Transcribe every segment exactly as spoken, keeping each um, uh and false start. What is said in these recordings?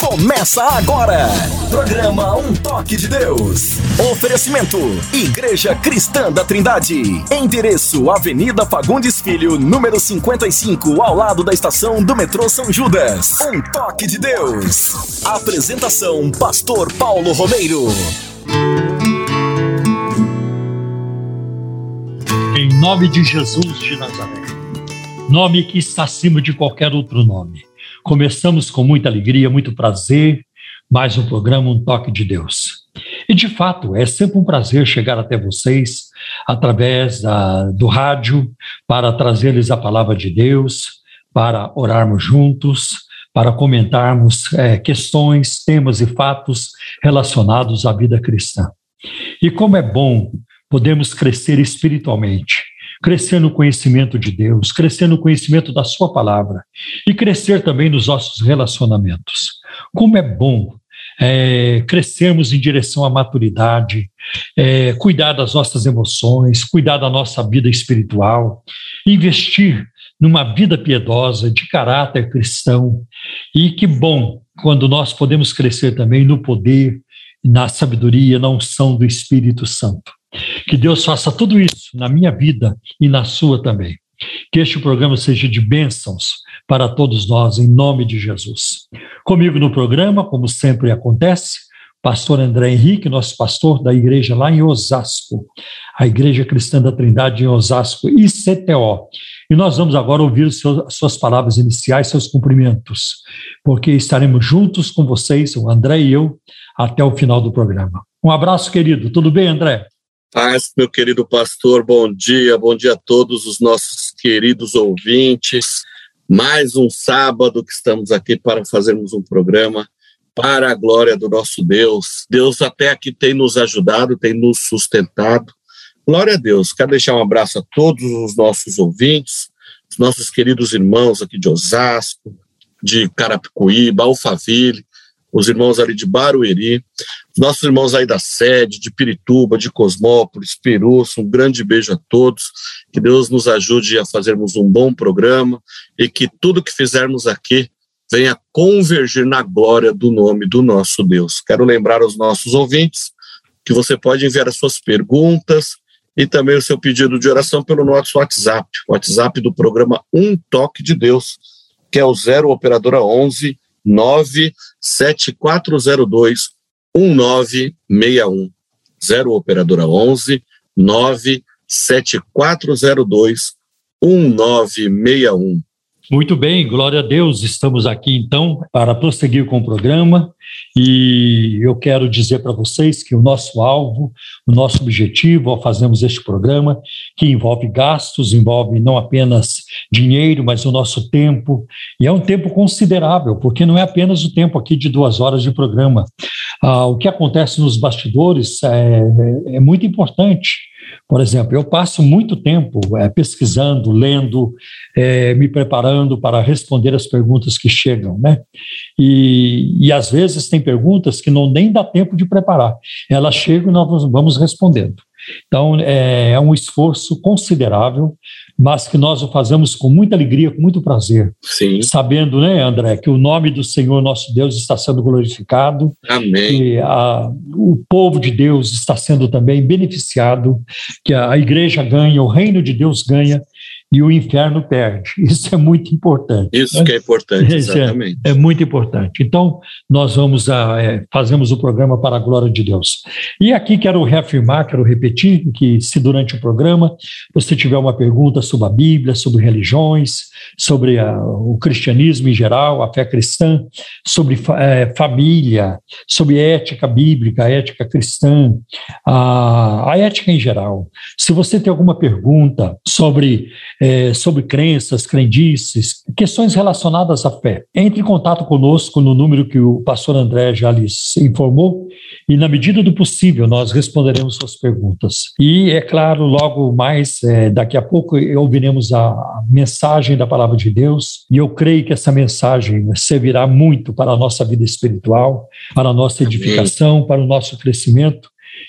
Começa agora. Programa Um Toque de Deus. Oferecimento: Igreja Cristã da Trindade. Endereço: Avenida Fagundes Filho, número cinquenta e cinco, ao lado da estação do metrô São Judas. Um Toque de Deus. Apresentação: Pastor Paulo Romeiro. Em nome de Jesus de Nazaré, nome que está acima de qualquer outro nome, começamos com muita alegria, muito prazer, mais um programa Um Toque de Deus. E de fato, é sempre um prazer chegar até vocês através da, do rádio para trazer-lhes a palavra de Deus, para orarmos juntos, para comentarmos é, questões, temas e fatos relacionados à vida cristã. E como é bom podemos crescer espiritualmente, crescer no conhecimento de Deus, crescer no conhecimento da sua palavra e crescer também nos nossos relacionamentos. Como é bom é, crescermos em direção à maturidade, é, cuidar das nossas emoções, cuidar da nossa vida espiritual, investir numa vida piedosa, de caráter cristão. E que bom quando nós podemos crescer também no poder, na sabedoria, na unção do Espírito Santo. Que Deus faça tudo isso na minha vida e na sua também. Que este programa seja de bênçãos para todos nós, em nome de Jesus. Comigo no programa, como sempre acontece, pastor André Henrique, nosso pastor da igreja lá em Osasco, a Igreja Cristã da Trindade em Osasco, I C T O. E nós vamos agora ouvir os seus, as suas palavras iniciais, seus cumprimentos, porque estaremos juntos com vocês, o André e eu, até o final do programa. Um abraço, querido. Tudo bem, André? Paz, meu querido pastor, bom dia, bom dia a todos os nossos queridos ouvintes. Mais um sábado que estamos aqui para fazermos um programa para a glória do nosso Deus. Deus até aqui tem nos ajudado, tem nos sustentado. Glória a Deus. Quero deixar um abraço a todos os nossos ouvintes, os nossos queridos irmãos aqui de Osasco, de Carapicuíba, Alphaville, os irmãos ali de Barueri, os nossos irmãos aí da sede, de Pirituba, de Cosmópolis, Perus, um grande beijo a todos, que Deus nos ajude a fazermos um bom programa e que tudo que fizermos aqui venha convergir na glória do nome do nosso Deus. Quero lembrar aos nossos ouvintes que você pode enviar as suas perguntas e também o seu pedido de oração pelo nosso WhatsApp, o WhatsApp do programa Um Toque de Deus, que é o zero operadora onze nove sete quatro zero dois um nove seis um, zero operadora onze nove sete quatro zero dois um nove seis um. Muito bem, glória a Deus, estamos aqui então para prosseguir com o programa e eu quero dizer para vocês que o nosso alvo, o nosso objetivo ao fazermos este programa, que envolve gastos, envolve não apenas dinheiro, mas o nosso tempo, e é um tempo considerável, porque não é apenas o tempo aqui de duas horas de programa. Ah, o que acontece nos bastidores é, é, é muito importante. Por exemplo, eu passo muito tempo é, pesquisando, lendo, é, me preparando para responder as perguntas que chegam, né? E, e às vezes tem perguntas que não nem dá tempo de preparar. Elas chegam e nós vamos respondendo. Então, é, é um esforço considerável, mas que nós o fazemos com muita alegria, com muito prazer. Sim. Sabendo, né, André, que o nome do Senhor nosso Deus está sendo glorificado. Amém. Que a, o povo de Deus está sendo também beneficiado, que a, a igreja ganha, o reino de Deus ganha e o inferno perde. Isso é muito importante. Isso né? que é importante, exatamente. É, é muito importante. Então, nós vamos a, é, fazemos o programa para a glória de Deus. E aqui quero reafirmar, quero repetir, que se durante o programa você tiver uma pergunta sobre a Bíblia, sobre religiões, sobre a, o cristianismo em geral, a fé cristã, sobre é, família, sobre ética bíblica, a ética cristã, a, a ética em geral. Se você tem alguma pergunta sobre É, sobre crenças, crendices, questões relacionadas à fé. Entre em contato conosco no número que o pastor André já lhes informou e, na medida do possível, nós responderemos suas perguntas. E, é claro, logo mais, é, daqui a pouco, ouviremos a mensagem da Palavra de Deus e eu creio que essa mensagem servirá muito para a nossa vida espiritual, para a nossa edificação, para o nosso crescimento.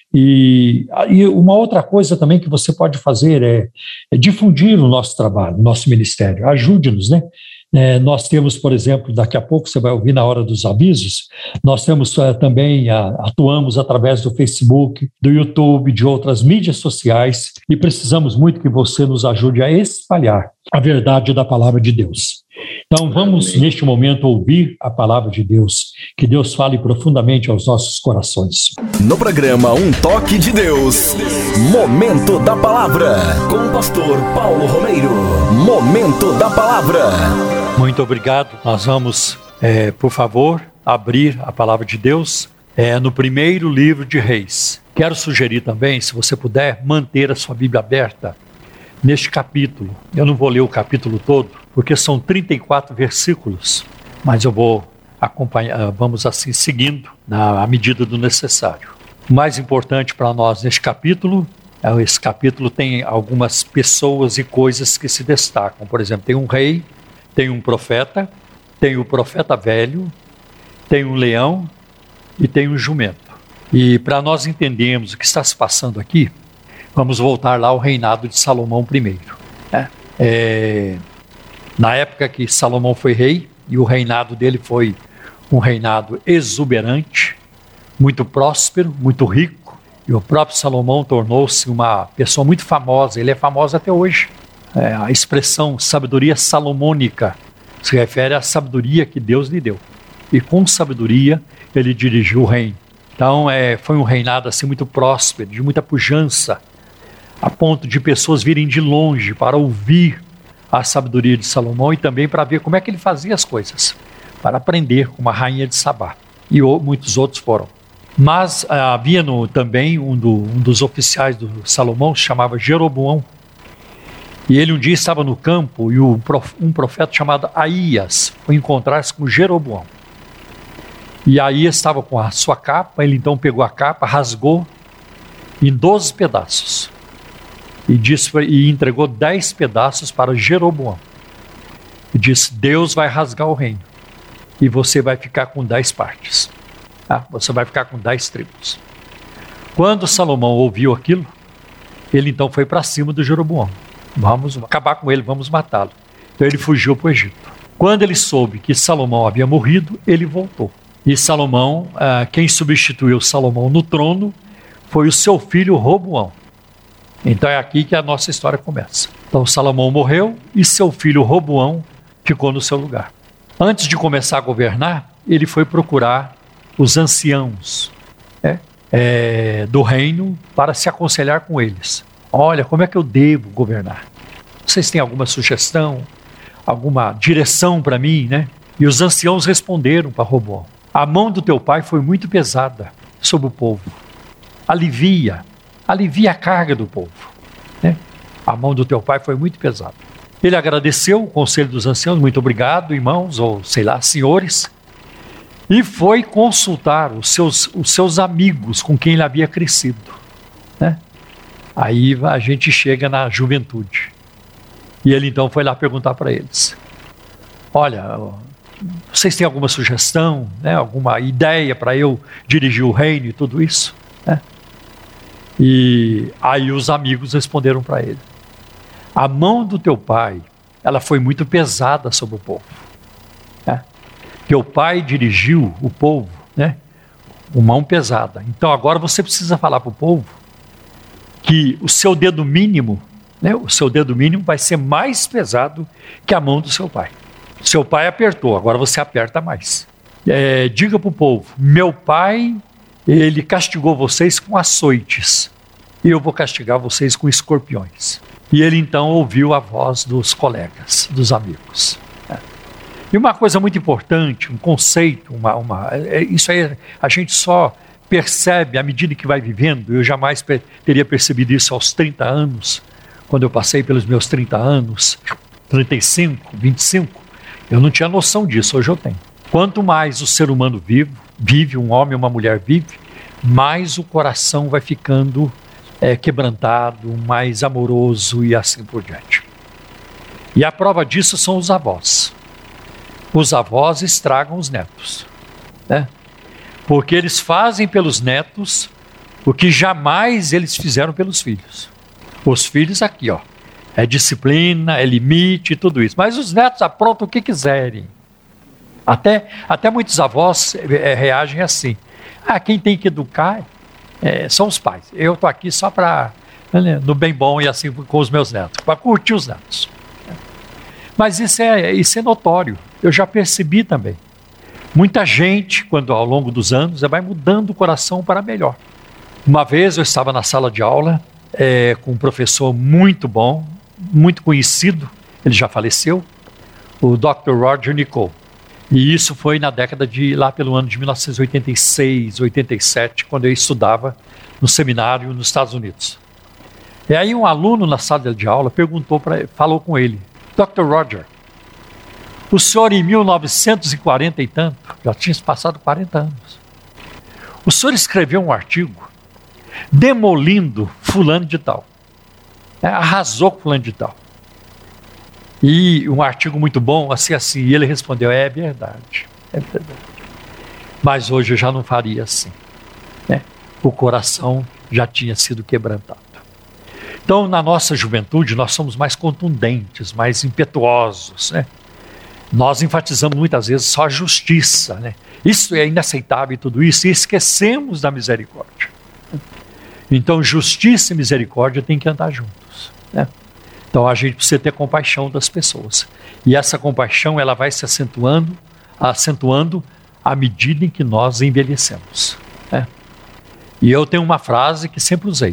E, e uma outra coisa também que você pode fazer é, é difundir o nosso trabalho, o nosso ministério. Ajude-nos, né? É, nós temos, por exemplo, daqui a pouco você vai ouvir na hora dos avisos, nós temos é, também, a, atuamos através do Facebook, do YouTube, de outras mídias sociais, e precisamos muito que você nos ajude a espalhar a verdade da palavra de Deus. Então vamos, Amém. Neste momento, ouvir a palavra de Deus, que Deus fale profundamente aos nossos corações. No programa Um Toque de Deus, Momento da Palavra, com o pastor Paulo Romeiro. Momento da Palavra. Muito obrigado. Nós vamos, é, por favor, abrir a palavra de Deus é, no primeiro livro de Reis. Quero sugerir também, se você puder, manter a sua Bíblia aberta neste capítulo. Eu não vou ler o capítulo todo, porque são trinta e quatro versículos, mas eu vou acompanhar, vamos assim seguindo na medida do necessário. O mais importante para nós neste capítulo, é, esse capítulo tem algumas pessoas e coisas que se destacam. Por exemplo, tem um rei, tem um profeta, tem o profeta velho, tem um leão e tem um jumento. E para nós entendermos o que está se passando aqui, vamos voltar lá ao reinado de Salomão primeiro. Né? É, na época que Salomão foi rei, e o reinado dele foi um reinado exuberante, muito próspero, muito rico, e o próprio Salomão tornou-se uma pessoa muito famosa, ele é famoso até hoje. É, a expressão sabedoria salomônica se refere à sabedoria que Deus lhe deu, e com sabedoria ele dirigiu o reino. Então é, foi um reinado assim muito próspero, de muita pujança, a ponto de pessoas virem de longe para ouvir a sabedoria de Salomão e também para ver como é que ele fazia as coisas, para aprender com a rainha de Sabá, e o, muitos outros foram. Mas ah, havia no, também um, do, um dos oficiais do Salomão, se chamava Jeroboão, e ele um dia estava no campo e o, um profeta chamado Aías foi encontrar-se com Jeroboão. E Aías estava com a sua capa, ele então pegou a capa, rasgou em doze pedaços. E, disse, e entregou dez pedaços para Jeroboão. E disse, Deus vai rasgar o reino. E você vai ficar com dez partes. Ah, você vai ficar com dez tribos. Quando Salomão ouviu aquilo, ele então foi para cima do Jeroboão. Vamos acabar com ele, vamos matá-lo. Então ele fugiu para o Egito. Quando ele soube que Salomão havia morrido, ele voltou. E Salomão, ah, quem substituiu Salomão no trono, foi o seu filho Roboão. Então é aqui que a nossa história começa. Então Salomão morreu e seu filho Roboão ficou no seu lugar. Antes de começar a governar, ele foi procurar os anciãos é, é, do reino para se aconselhar com eles. Olha, como é que eu devo governar? Vocês têm alguma sugestão, alguma direção para mim, né? E os anciãos responderam para Roboão, a mão do teu pai foi muito pesada sobre o povo. Alivia, alivia a carga do povo. Né? A mão do teu pai foi muito pesada. Ele agradeceu o conselho dos anciãos, muito obrigado, irmãos, ou sei lá, senhores, e foi consultar os seus, os seus amigos com quem ele havia crescido. Né? Aí a gente chega na juventude. E ele então foi lá perguntar para eles, olha, vocês têm alguma sugestão, né, alguma ideia para eu dirigir o reino e tudo isso? Né? E aí os amigos responderam para ele, a mão do teu pai, ela foi muito pesada sobre o povo. Né? Teu pai dirigiu o povo, né, com mão pesada. Então agora você precisa falar para o povo que o seu dedo mínimo, né, o seu dedo mínimo vai ser mais pesado que a mão do seu pai. Seu pai apertou, agora você aperta mais. É, diga para o povo, meu pai, ele castigou vocês com açoites, e eu vou castigar vocês com escorpiões. E ele então ouviu a voz dos colegas, dos amigos. É. E uma coisa muito importante, um conceito, uma, uma, é, isso aí a gente só percebe à medida que vai vivendo. Eu jamais per- teria percebido isso aos trinta anos, quando eu passei pelos meus trinta anos, trinta e cinco, vinte e cinco, eu não tinha noção disso, hoje eu tenho. Quanto mais o ser humano vive, vive, um homem ou uma mulher vive, mais o coração vai ficando é, quebrantado, mais amoroso e assim por diante. E a prova disso são os avós. Os avós estragam os netos, né? Porque eles fazem pelos netos o que jamais eles fizeram pelos filhos. Os filhos aqui, ó, É disciplina, é limite, tudo isso. Mas os netos aprontam o que quiserem. Até, até muitos avós é, reagem assim. Ah, quem tem que educar é, são os pais. Eu estou aqui só para, né, no bem bom e assim com os meus netos, para curtir os netos. Mas isso é, isso é notório. Eu já percebi também. Muita gente, quando ao longo dos anos, vai mudando o coração para melhor. Uma vez eu estava na sala de aula é, com um professor muito bom, muito conhecido, ele já faleceu, o doutor Roger Nicole. E isso foi na década de, lá pelo ano de mil novecentos e oitenta e seis, oitenta e sete, quando eu estudava no seminário nos Estados Unidos. E aí um aluno na sala de aula perguntou para, falou com ele, doutor Roger, o senhor em mil novecentos e quarenta e tanto, já tinha passado quarenta anos, o senhor escreveu um artigo demolindo fulano de tal, é, arrasou com fulano de tal. E um artigo muito bom, assim, assim, e ele respondeu, é verdade, é verdade. Mas hoje eu já não faria assim, né? O coração já tinha sido quebrantado. Então, na nossa juventude, nós somos mais contundentes, mais impetuosos, né? Nós enfatizamos muitas vezes só a justiça, né? Isso é inaceitável e tudo isso, e esquecemos da misericórdia. Então, justiça e misericórdia têm que andar juntos, né? Então, a gente precisa ter compaixão das pessoas. E essa compaixão, ela vai se acentuando, acentuando à medida em que nós envelhecemos, né? E eu tenho uma frase que sempre usei.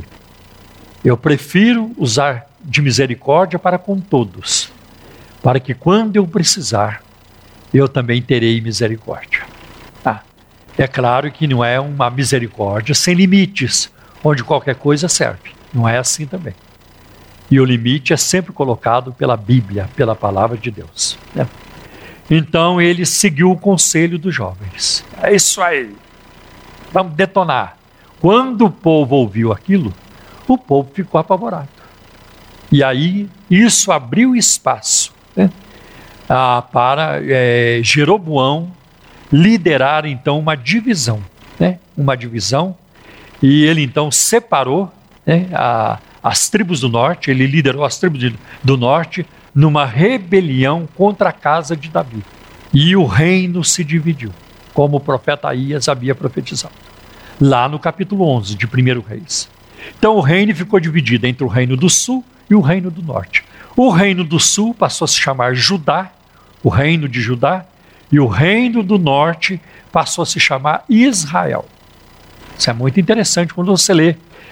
Eu prefiro usar de misericórdia para com todos, para que quando eu precisar, eu também terei misericórdia. Ah, é claro que não é uma misericórdia sem limites, onde qualquer coisa serve. Não é assim também. E o limite é sempre colocado pela Bíblia, pela palavra de Deus, né? Então ele seguiu o conselho dos jovens. É isso aí, vamos detonar. Quando o povo ouviu aquilo, o povo ficou apavorado. E aí isso abriu espaço, né, ah, para é, Jeroboão liderar então uma divisão, né, uma divisão, e ele então separou, né, a as tribos do norte, ele liderou as tribos de, do norte numa rebelião contra a casa de Davi. E o reino se dividiu, como o profeta Aías havia profetizado, lá no capítulo onze de primeiro Reis. Então o reino ficou dividido entre o reino do sul e o reino do norte. O reino do sul passou a se chamar Judá, o reino de Judá, e o reino do norte passou a se chamar Israel. Isso é muito interessante quando você lê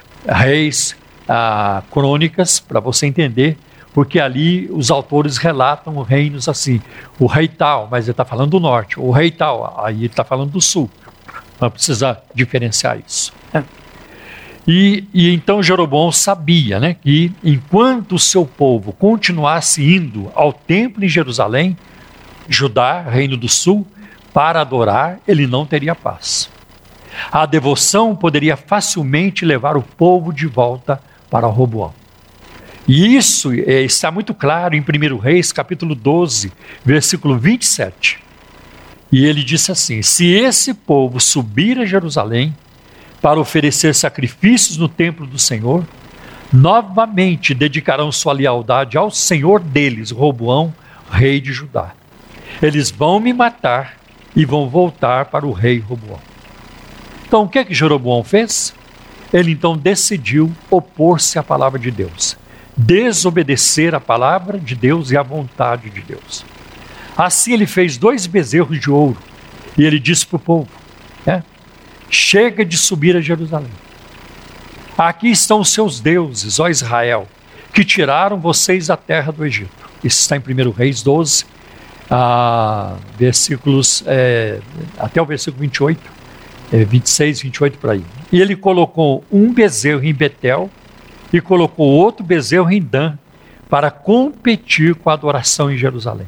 Reis, Ah, crônicas, para você entender, porque ali os autores relatam reinos assim, o rei tal, mas ele está falando do norte, o rei tal, aí ele está falando do sul. Então precisa diferenciar isso. É. E, e então Jeroboão sabia, né, que enquanto o seu povo continuasse indo ao templo em Jerusalém, Judá, reino do sul, para adorar, ele não teria paz. A devoção poderia facilmente levar o povo de volta para Roboão. E isso é, está muito claro em primeiro Reis, capítulo doze, versículo vinte e sete. E ele disse assim, se esse povo subir a Jerusalém para oferecer sacrifícios no templo do Senhor, novamente dedicarão sua lealdade ao Senhor deles, Roboão, rei de Judá. Eles vão me matar e vão voltar para o rei Roboão. Então o que é que Jeroboão fez? Ele então decidiu opor-se à palavra de Deus, desobedecer a palavra de Deus e a vontade de Deus. Assim ele fez dois bezerros de ouro e ele disse para o povo, né, chega de subir a Jerusalém. Aqui estão os seus deuses, ó Israel, que tiraram vocês da terra do Egito. Isso está em primeiro Reis doze, ah, versículos, é, até o versículo vinte e oito. É, vinte e seis, vinte e oito por aí. E ele colocou um bezerro em Betel e colocou outro bezerro em Dan para competir com a adoração em Jerusalém.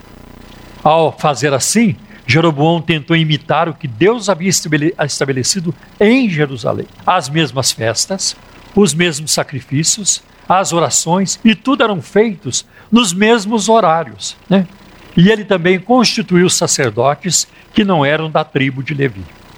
Ao fazer assim, Jeroboão tentou imitar o que Deus havia estabelecido em Jerusalém. As mesmas festas, os mesmos sacrifícios, as orações, e tudo eram feitos nos mesmos horários, né? E ele também constituiu sacerdotes que não eram da tribo de Levi.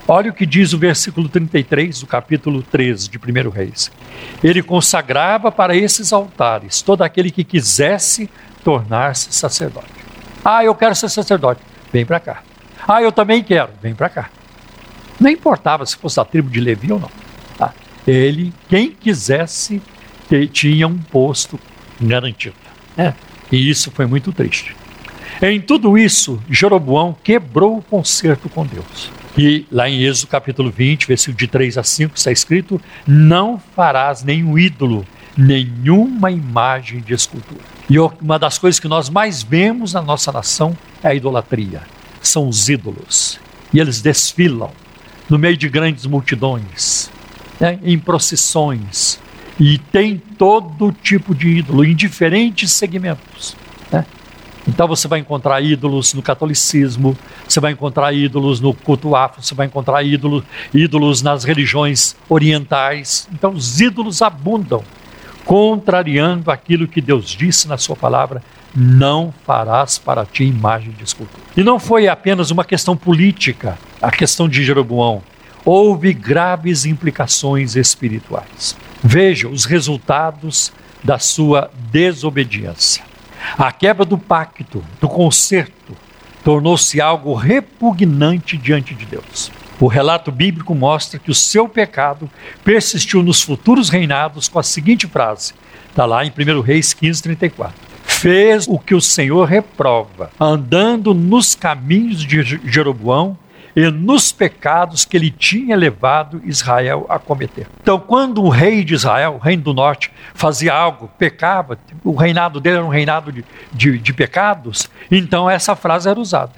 Olha o que diz o versículo trinta e três do capítulo treze de primeiro Reis. Ele consagrava para esses altares todo aquele que quisesse tornar-se sacerdote. Ah, eu quero ser sacerdote. Vem para cá. Ah, eu também quero. Vem para cá. Não importava se fosse da tribo de Levi ou não. Tá? Ele, quem quisesse, tinha um posto garantido. É. E isso foi muito triste. Em tudo isso, Jeroboão quebrou o concerto com Deus. E lá em Êxodo capítulo vinte, versículo de três a cinco, está escrito: não farás nenhum ídolo, nenhuma imagem de escultura. E uma das coisas que nós mais vemos na nossa nação é a idolatria. São os ídolos. E eles desfilam no meio de grandes multidões, né, em procissões. E tem todo tipo de ídolo, em diferentes segmentos, né? Então você vai encontrar ídolos no catolicismo, você vai encontrar ídolos no culto afro, você vai encontrar ídolos, ídolos nas religiões orientais. Então os ídolos abundam, contrariando aquilo que Deus disse na sua palavra: não farás para ti imagem de escultura. E não foi apenas uma questão política, a questão de Jeroboão. Houve graves implicações espirituais. Veja os resultados da sua desobediência. A quebra do pacto, do concerto, tornou-se algo repugnante diante de Deus. O relato bíblico mostra que o seu pecado persistiu nos futuros reinados com a seguinte frase, está lá em primeiro Reis quinze, trinta e quatro. Fez o que o Senhor reprova, andando nos caminhos de Jeroboão e nos pecados que ele tinha levado Israel a cometer. Então, quando o rei de Israel, o reino do norte, fazia algo, pecava, o reinado dele era um reinado de, de, de pecados, então essa frase era usada.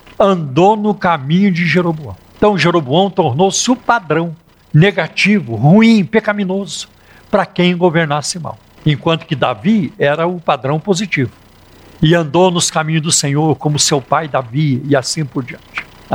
Andou no caminho de Jeroboão. Então, Jeroboão tornou-se o padrão negativo, ruim, pecaminoso, para quem governasse mal. Enquanto que Davi era o padrão positivo. E andou nos caminhos do Senhor, como seu pai Davi, e assim por diante.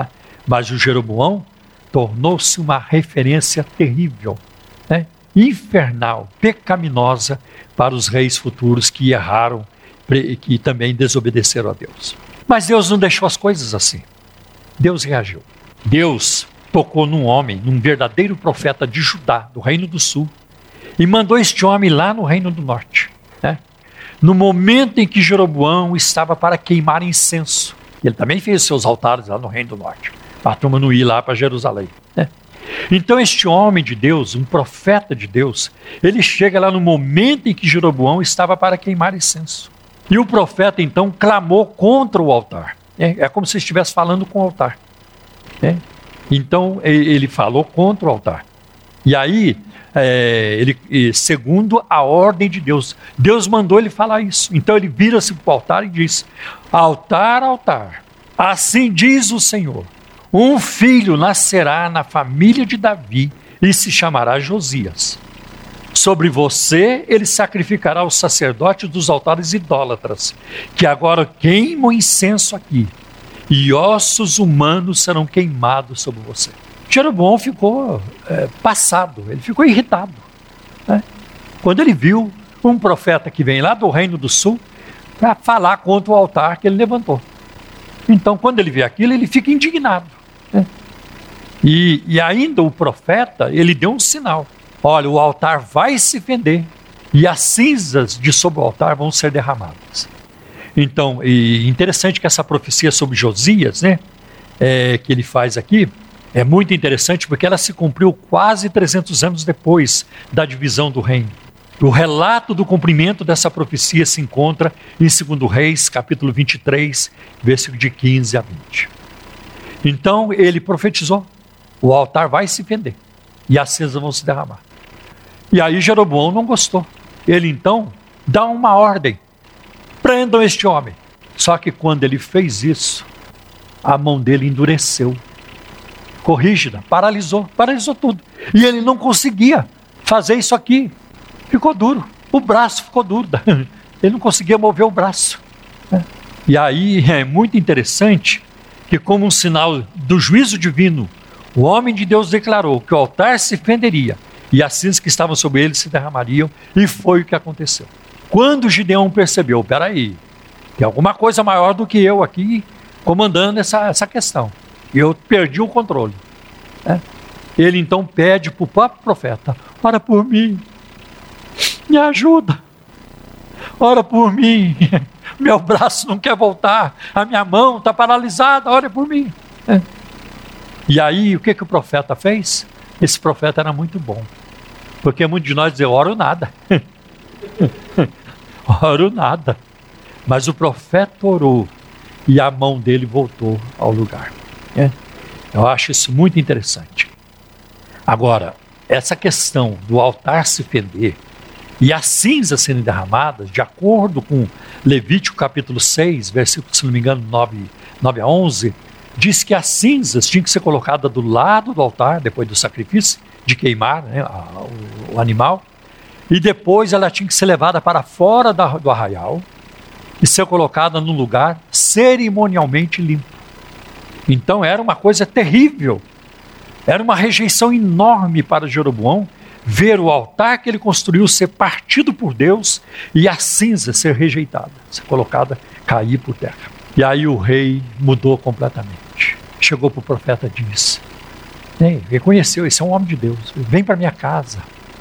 Mas o Jeroboão tornou-se uma referência terrível, né? Infernal, pecaminosa para os reis futuros que erraram e que também desobedeceram a Deus. Mas Deus não deixou as coisas assim. Deus reagiu. Deus tocou num homem, num verdadeiro profeta de Judá, do Reino do Sul, e mandou este homem lá no Reino do Norte, né? No momento em que Jeroboão estava para queimar incenso. Ele também fez seus altares lá no Reino do Norte, para a turma não ir lá para Jerusalém, né? Então este homem de Deus, um profeta de Deus, ele chega lá no momento em que Jeroboão estava para queimar incenso. E o profeta então clamou contra o altar. É, é como se estivesse falando com o altar, né? Então ele falou contra o altar. E aí, é, ele, segundo a ordem de Deus, Deus mandou ele falar isso. Então ele vira-se para o altar e diz: altar, altar, assim diz o Senhor, um filho nascerá na família de Davi e se chamará Josias. Sobre você ele sacrificará os sacerdotes dos altares idólatras, que agora queimam incenso aqui, e ossos humanos serão queimados sobre você. Jeroboão ficou é, passado, ele ficou irritado, né? Quando ele viu um profeta que vem lá do Reino do Sul para falar contra o altar que ele levantou. Então, quando ele vê aquilo, ele fica indignado, né? E, e ainda o profeta, ele deu um sinal. Olha, o altar vai se fender e as cinzas de sobre o altar vão ser derramadas. Então, e interessante que essa profecia sobre Josias, né, é, que ele faz aqui, é muito interessante porque ela se cumpriu quase trezentos anos depois da divisão do reino. O relato do cumprimento dessa profecia se encontra em segundo Reis, capítulo vinte e três, versículo de quinze a vinte. Então ele profetizou: o altar vai se fender e as cinzas vão se derramar. E aí Jeroboão não gostou. Ele então dá uma ordem: prendam este homem. Só que quando ele fez isso, a mão dele endureceu, ficou rígida, paralisou, paralisou tudo. E ele não conseguia fazer isso aqui. Ficou duro, o braço ficou duro, ele não conseguia mover o braço, né? E aí é muito interessante que, como um sinal do juízo divino, o homem de Deus declarou que o altar se fenderia e as cinzas que estavam sobre ele se derramariam, e foi o que aconteceu. Quando Gideão percebeu: peraí, tem alguma coisa maior do que eu aqui comandando essa, essa questão, e eu perdi o controle. Né? Ele então pede para o próprio profeta: ora por mim, me ajuda, ora por mim, meu braço não quer voltar, a minha mão está paralisada, ora por mim. É. E aí, o que, que o profeta fez? Esse profeta era muito bom, porque muitos de nós dizem: oro nada, oro nada, mas o profeta orou e a mão dele voltou ao lugar. É. Eu acho isso muito interessante. Agora, essa questão do altar se fender e as cinzas serem derramadas, de acordo com Levítico capítulo seis, versículo, se não me engano, nove a onze, diz que as cinzas tinham que ser colocadas do lado do altar, depois do sacrifício, de queimar, né, o, o animal, e depois ela tinha que ser levada para fora da, do arraial e ser colocada num lugar cerimonialmente limpo. Então era uma coisa terrível, era uma rejeição enorme para Jeroboão ver o altar que ele construiu ser partido por Deus e a cinza ser rejeitada, ser colocada, cair por terra. E aí o rei mudou completamente. Chegou para o profeta e disse: Ei, reconheceu, esse é um homem de Deus, vem para minha casa,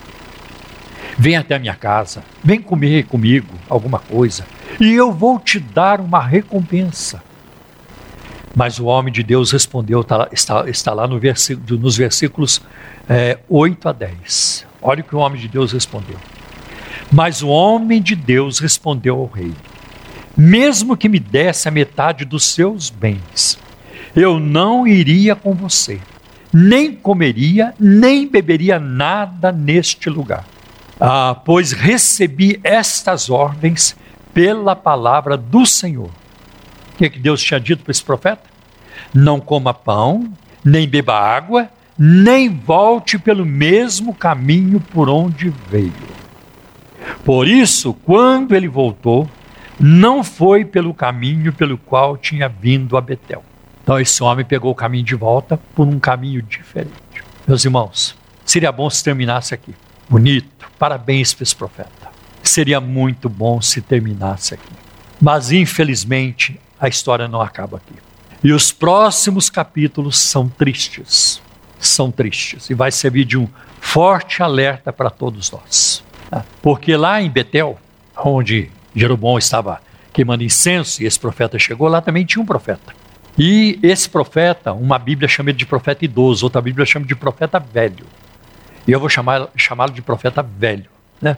vem até a minha casa, vem comer comigo alguma coisa, e eu vou te dar uma recompensa. Mas o homem de Deus respondeu, está, está, está lá no versículo, nos versículos é, oito a dez. Olha o que o homem de Deus respondeu. Mas o homem de Deus respondeu ao rei: mesmo que me desse a metade dos seus bens, eu não iria com você, nem comeria, nem beberia nada neste lugar. Ah, pois recebi estas ordens pela palavra do Senhor. O que, que Deus tinha dito para esse profeta? Não coma pão, nem beba água, nem volte pelo mesmo caminho por onde veio. Por isso, quando ele voltou, não foi pelo caminho pelo qual tinha vindo a Betel. Então esse homem pegou o caminho de volta por um caminho diferente. Meus irmãos, seria bom se terminasse aqui. Bonito, parabéns para esse profeta. Seria muito bom se terminasse aqui. Mas infelizmente a história não acaba aqui. E os próximos capítulos são tristes. São tristes. E vai servir de um forte alerta para todos nós. Porque lá em Betel, onde Jeroboão estava queimando incenso e esse profeta chegou, lá também tinha um profeta. E esse profeta, uma Bíblia chama ele de profeta idoso, outra Bíblia chama de profeta velho. E eu vou chamar, chamá-lo de profeta velho, né?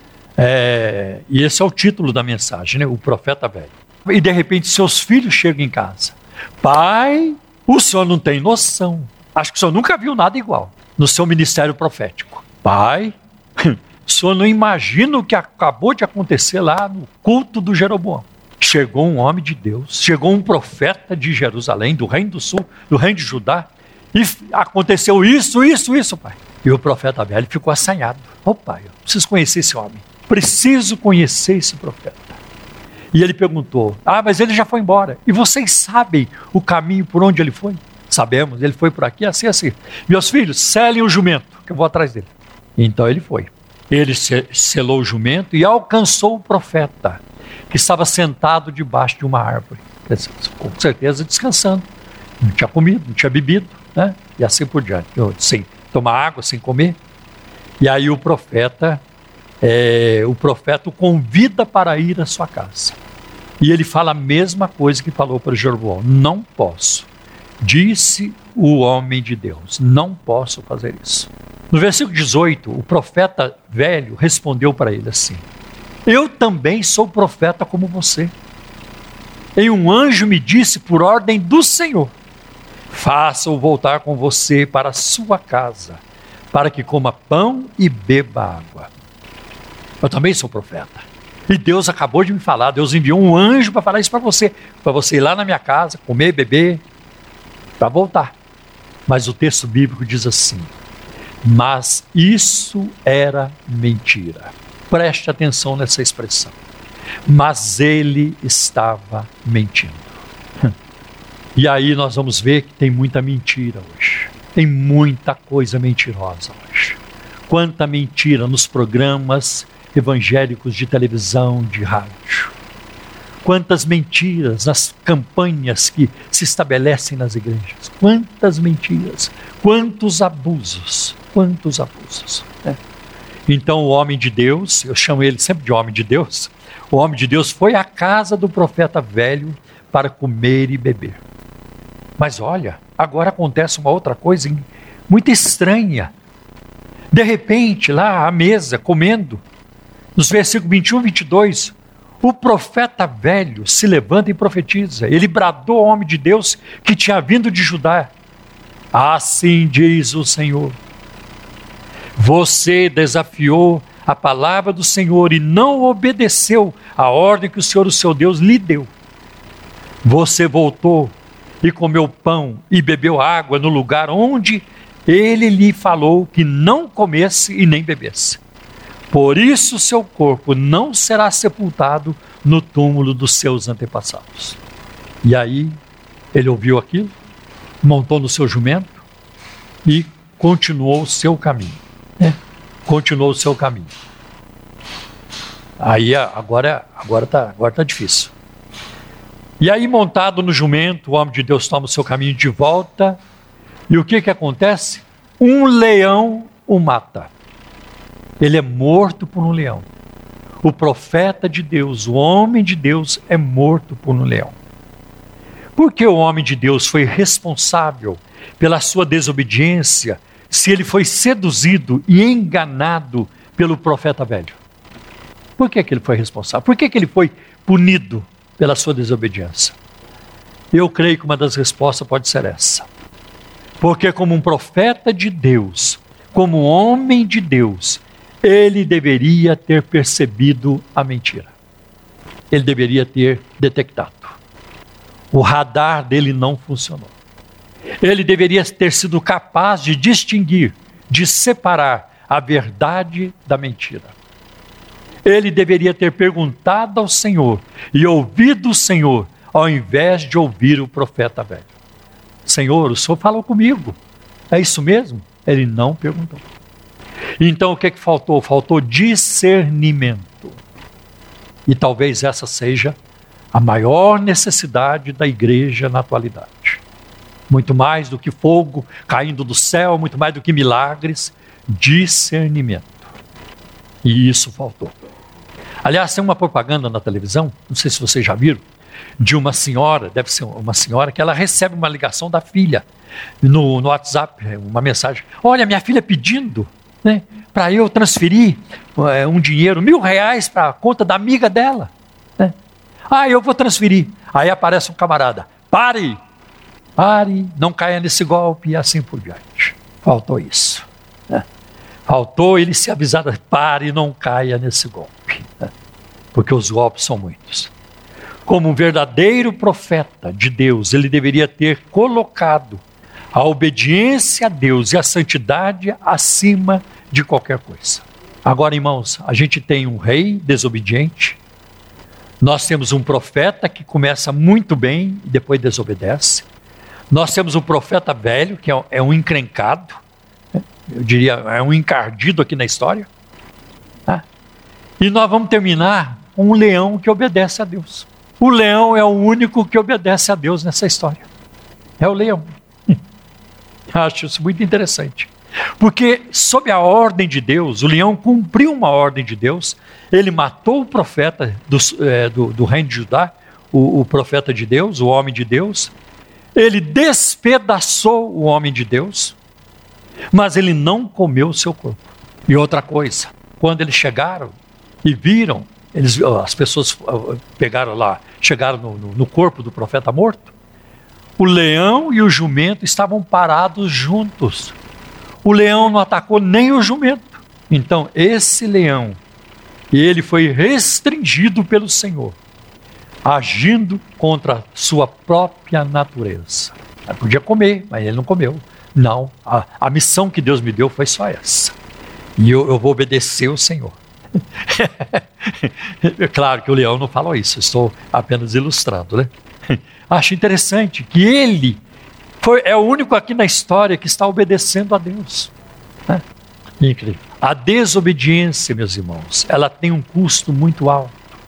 É, e esse é o título da mensagem, né? O profeta velho. E de repente seus filhos chegam em casa: pai, o senhor não tem noção, acho que o senhor nunca viu nada igual no seu ministério profético. Pai, o senhor não imagina o que acabou de acontecer lá no culto do Jeroboão. Chegou um homem de Deus, chegou um profeta de Jerusalém, do reino do sul, do reino de Judá, e aconteceu isso, isso, isso, pai. E o profeta velho ficou assanhado. Ô pai, eu preciso conhecer esse homem, preciso conhecer esse profeta. E ele perguntou: ah, mas ele já foi embora, e vocês sabem o caminho por onde ele foi? Sabemos, ele foi por aqui, assim, assim. Meus filhos, selem o jumento, que eu vou atrás dele. Então ele foi. Ele selou o jumento e alcançou o profeta, que estava sentado debaixo de uma árvore, com certeza descansando, não tinha comido, não tinha bebido, né? E assim por diante, sem tomar água, sem comer. E aí o profeta, é, o profeta o convida para ir à sua casa. E ele fala a mesma coisa que falou para Jeroboão: não posso, disse o homem de Deus, não posso fazer isso. No versículo dezoito, o profeta velho respondeu para ele assim: eu também sou profeta como você. E um anjo me disse por ordem do Senhor: faça-o voltar com você para a sua casa, para que coma pão e beba água. Eu também sou profeta. E Deus acabou de me falar, Deus enviou um anjo para falar isso para você, para você ir lá na minha casa, comer, beber, para voltar. Mas o texto bíblico diz assim: mas isso era mentira. Preste atenção nessa expressão. Mas ele estava mentindo. E aí nós vamos ver que tem muita mentira hoje. Tem muita coisa mentirosa hoje. Quanta mentira nos programas evangélicos de televisão, de rádio. Quantas mentiras nas campanhas que se estabelecem nas igrejas. Quantas mentiras, quantos abusos, quantos abusos. Né? Então o homem de Deus, eu chamo ele sempre de homem de Deus, o homem de Deus foi à casa do profeta velho para comer e beber. Mas olha, agora acontece uma outra coisa muito estranha. De repente, lá à mesa, comendo, nos versículos vinte e um e vinte e dois, o profeta velho se levanta e profetiza. Ele bradou ao homem de Deus que tinha vindo de Judá. Assim diz o Senhor: você desafiou a palavra do Senhor e não obedeceu a ordem que o Senhor, o seu Deus, lhe deu. Você voltou e comeu pão e bebeu água no lugar onde ele lhe falou que não comesse e nem bebesse. Por isso seu corpo não será sepultado no túmulo dos seus antepassados. E aí ele ouviu aquilo, montou no seu jumento e continuou o seu caminho. Né? Continuou o seu caminho. Aí agora agora tá, agora tá difícil. E aí, montado no jumento, o homem de Deus toma o seu caminho de volta. E o que que acontece? Um leão o mata. Ele é morto por um leão. O profeta de Deus, o homem de Deus, é morto por um leão. Porque o homem de Deus foi responsável pela sua desobediência, se ele foi seduzido e enganado pelo profeta velho? Por que que ele foi responsável? Por que que ele foi punido pela sua desobediência? Eu creio que uma das respostas pode ser essa. Porque como um profeta de Deus, como um homem de Deus, ele deveria ter percebido a mentira. Ele deveria ter detectado. O radar dele não funcionou. Ele deveria ter sido capaz de distinguir, de separar a verdade da mentira. Ele deveria ter perguntado ao Senhor e ouvido o Senhor, ao invés de ouvir o profeta velho. Senhor, o Senhor falou comigo. É isso mesmo? Ele não perguntou. Então o que é que faltou? Faltou discernimento. E talvez essa seja a maior necessidade da igreja na atualidade. Muito mais do que fogo caindo do céu, muito mais do que milagres, discernimento. E isso faltou. Aliás, tem uma propaganda na televisão, não sei se vocês já viram, de uma senhora, deve ser uma senhora, que ela recebe uma ligação da filha no, no WhatsApp, uma mensagem. Olha, minha filha pedindo, né, para eu transferir é, um dinheiro, mil reais para a conta da amiga dela. Né? Ah, eu vou transferir. Aí aparece um camarada. Pare! Pare, não caia nesse golpe e assim por diante. Faltou isso. Né? Faltou ele se avisar, pare, não caia nesse golpe. Né? Porque os golpes são muitos. Como um verdadeiro profeta de Deus, ele deveria ter colocado a obediência a Deus e a santidade acima de qualquer coisa. Agora, irmãos, a gente tem um rei desobediente, nós temos um profeta que começa muito bem e depois desobedece, nós temos um profeta velho, que é um encrencado, eu diria, é um encardido aqui na história, tá? E nós vamos terminar com um leão que obedece a Deus. O leão é o único que obedece a Deus nessa história. É o leão. Acho isso muito interessante. Porque, sob a ordem de Deus, o leão cumpriu uma ordem de Deus, ele matou o profeta do, é, do, do reino de Judá, o, o profeta de Deus, o homem de Deus, ele despedaçou o homem de Deus, mas ele não comeu o seu corpo. E outra coisa, quando eles chegaram e viram, eles, as pessoas pegaram lá, chegaram no, no, no corpo do profeta morto, o leão e o jumento estavam parados juntos. O leão não atacou nem o jumento. Então, esse leão, ele foi restringido pelo Senhor, agindo contra a sua própria natureza. Ele podia comer, mas ele não comeu. Não, a, a missão que Deus me deu foi só essa. E eu, eu vou obedecer o Senhor. Claro que o leão não falou isso, estou apenas ilustrando, né? Acho interessante que ele foi, é o único aqui na história que está obedecendo a Deus. Né? Incrível. A desobediência, meus irmãos, ela tem um custo muito alto.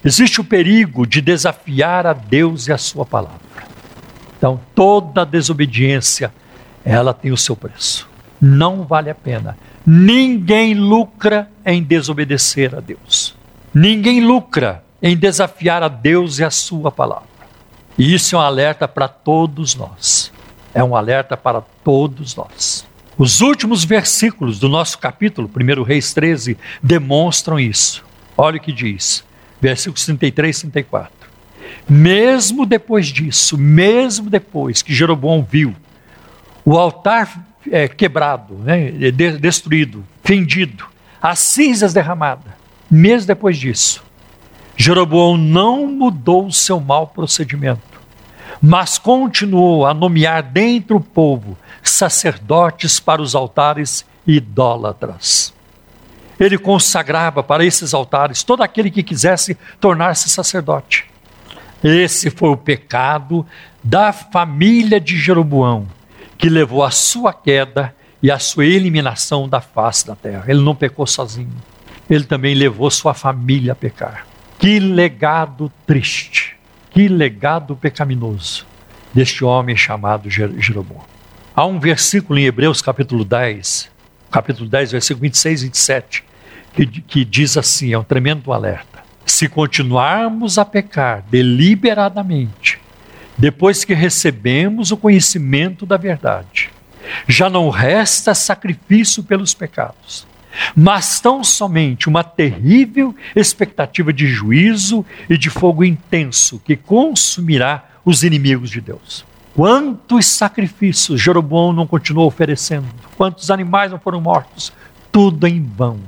Existe o perigo de desafiar a Deus e a sua palavra. Então, toda desobediência, ela tem o seu preço. Não vale a pena. Ninguém lucra em desobedecer a Deus. Ninguém lucra em desafiar a Deus e a sua palavra. E isso é um alerta para todos nós. É um alerta para todos nós. Os últimos versículos do nosso capítulo, primeiro Reis treze, demonstram isso. Olha o que diz, versículos trinta e três e trinta e quatro. Mesmo depois disso, mesmo depois que Jeroboão viu o altar é, quebrado, né, de, destruído, fendido, as cinzas derramadas, mesmo depois disso, Jeroboão não mudou o seu mau procedimento, mas continuou a nomear dentre o povo sacerdotes para os altares idólatras. Ele consagrava para esses altares todo aquele que quisesse tornar-se sacerdote. Esse foi o pecado da família de Jeroboão, que levou à sua queda e à sua eliminação da face da terra. Ele não pecou sozinho, ele também levou sua família a pecar. Que legado triste, que legado pecaminoso deste homem chamado Jeroboão. Há um versículo em Hebreus capítulo dez, capítulo dez, versículo vinte e seis e vinte e sete, que, que diz assim, é um tremendo alerta. Se continuarmos a pecar deliberadamente, depois que recebemos o conhecimento da verdade, já não resta sacrifício pelos pecados, mas tão somente uma terrível expectativa de juízo e de fogo intenso que consumirá os inimigos de Deus. Quantos sacrifícios Jeroboão não continuou oferecendo? Quantos animais não foram mortos? Tudo em vão.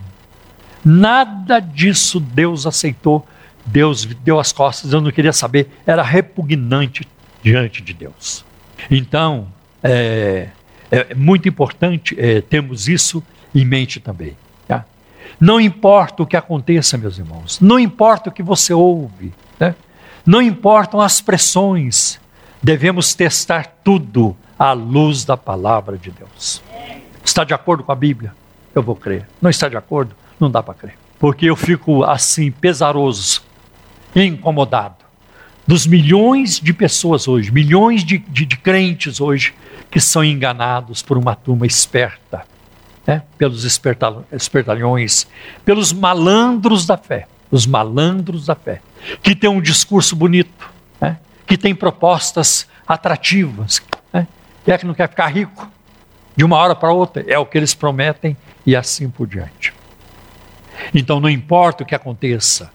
Nada disso Deus aceitou. Deus deu as costas, eu não queria saber, era repugnante diante de Deus. Então, é, é muito importante é, termos isso em mente também. Tá? Não importa o que aconteça, meus irmãos, não importa o que você ouve, né? Não importam as pressões, devemos testar tudo à luz da palavra de Deus. Está de acordo com a Bíblia? Eu vou crer. Não está de acordo? Não dá para crer. Porque eu fico assim, pesaroso, incomodado, dos milhões de pessoas hoje, milhões de, de, de crentes hoje, que são enganados por uma turma esperta, né? Pelos espertal, espertalhões, pelos malandros da fé, os malandros da fé, que tem um discurso bonito, né? Que tem propostas atrativas, né? Que é que não quer ficar rico de uma hora para outra, é o que eles prometem e assim por diante. Então não importa o que aconteça,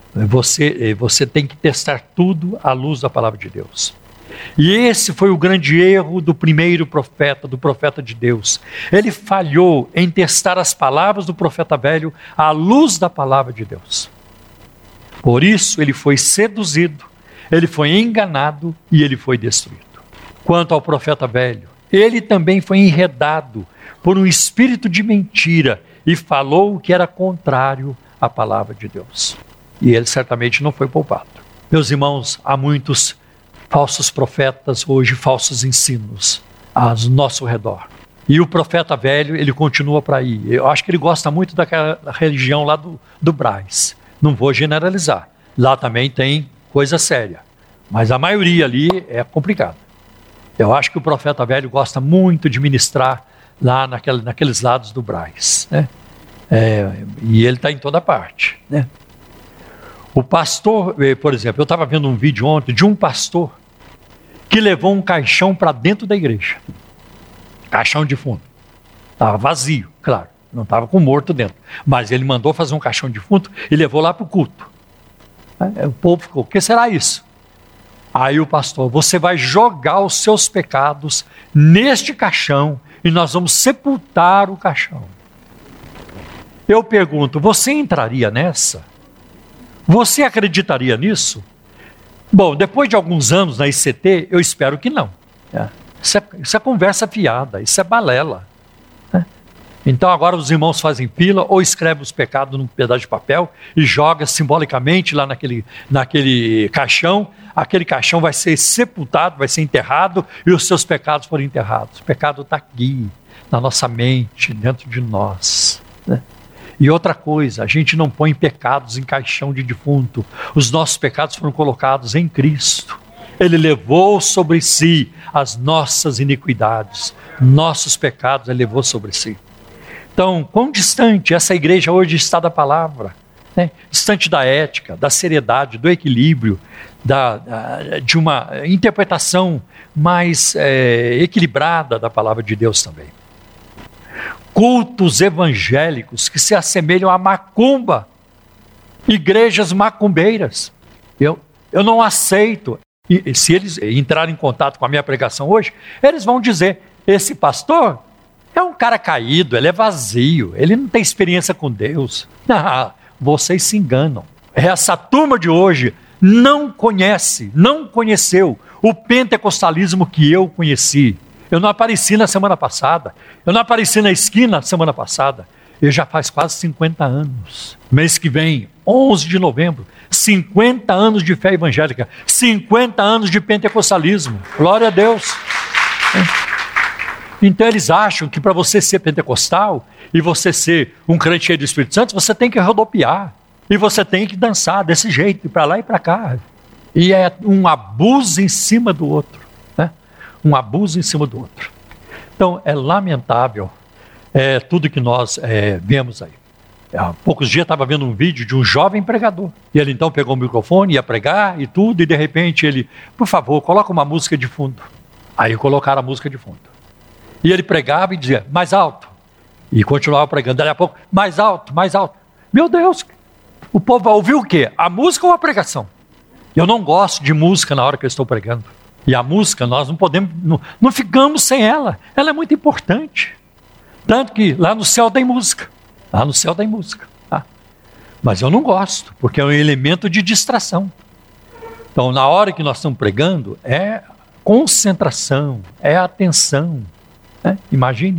você, você tem que testar tudo à luz da palavra de Deus. E esse foi o grande erro do primeiro profeta, do profeta de Deus. Ele falhou em testar as palavras do profeta velho à luz da palavra de Deus. Por isso ele foi seduzido, ele foi enganado e ele foi destruído. Quanto ao profeta velho, ele também foi enredado por um espírito de mentira e falou o que era contrário à palavra de Deus. E ele certamente não foi poupado. Meus irmãos, há muitos falsos profetas hoje, falsos ensinos ao nosso redor. E o profeta velho, ele continua para aí. Eu acho que ele gosta muito daquela religião lá do, do Brás. Não vou generalizar. Lá também tem coisa séria. Mas a maioria ali é complicada. Eu acho que o profeta velho gosta muito de ministrar lá naquele, naqueles lados do Brás, né? É, e ele está em toda parte, né? O pastor, por exemplo, eu estava vendo um vídeo ontem de um pastor que levou um caixão para dentro da igreja. Caixão de fundo. Estava vazio, claro, não estava com morto dentro. Mas ele mandou fazer um caixão de fundo e levou lá para o culto. O povo ficou, o que será isso? Aí o pastor, você vai jogar os seus pecados neste caixão e nós vamos sepultar o caixão. Eu pergunto, você entraria nessa? Você acreditaria nisso? Bom, depois de alguns anos na I C T, eu espero que não. É. Isso, é, isso é conversa fiada, isso é balela. É. Então agora os irmãos fazem fila ou escrevem os pecados num pedaço de papel e joga simbolicamente lá naquele, naquele caixão. Aquele caixão vai ser sepultado, vai ser enterrado e os seus pecados foram enterrados. O pecado está aqui, na nossa mente, dentro de nós, né? E outra coisa, a gente não põe pecados em caixão de defunto. Os nossos pecados foram colocados em Cristo. Ele levou sobre si as nossas iniquidades, nossos pecados ele levou sobre si. Então, quão distante essa igreja hoje está da palavra, né? Distante da ética, da seriedade, do equilíbrio, da, da, de uma interpretação mais é, equilibrada da palavra de Deus também. Cultos evangélicos que se assemelham à macumba, igrejas macumbeiras. Eu, eu não aceito. E se eles entrarem em contato com a minha pregação hoje, eles vão dizer, esse pastor é um cara caído, ele é vazio, ele não tem experiência com Deus. Ah, vocês se enganam. Essa turma de hoje não conhece, não conheceu o pentecostalismo que eu conheci. Eu não apareci na semana passada, eu não apareci na esquina na semana passada, eu já faz quase cinquenta anos. Mês que vem, onze de novembro, cinquenta anos de fé evangélica, cinquenta anos de pentecostalismo. Glória a Deus. Então eles acham que para você ser pentecostal e você ser um crente cheio do Espírito Santo, você tem que rodopiar e você tem que dançar desse jeito, para lá e para cá. E é um abuso em cima do outro, né? Um abuso em cima do outro. Então é lamentável é, tudo que nós é, vemos aí. Há poucos dias estava vendo um vídeo de um jovem pregador. E ele então pegou o microfone, ia pregar e tudo, e de repente ele, por favor, coloca uma música de fundo. Aí colocaram a música de fundo. E ele pregava e dizia, mais alto. E continuava pregando. Daí a pouco, mais alto, mais alto. Meu Deus, o povo vai ouvir o quê? A música ou a pregação? Eu não gosto de música na hora que eu estou pregando. E a música, nós não podemos, não, não ficamos sem ela. Ela é muito importante. Tanto que lá no céu tem música. Lá no céu tem música. Ah, mas eu não gosto, porque é um elemento de distração. Então, na hora que nós estamos pregando, é concentração, é atenção. Né? Imagine.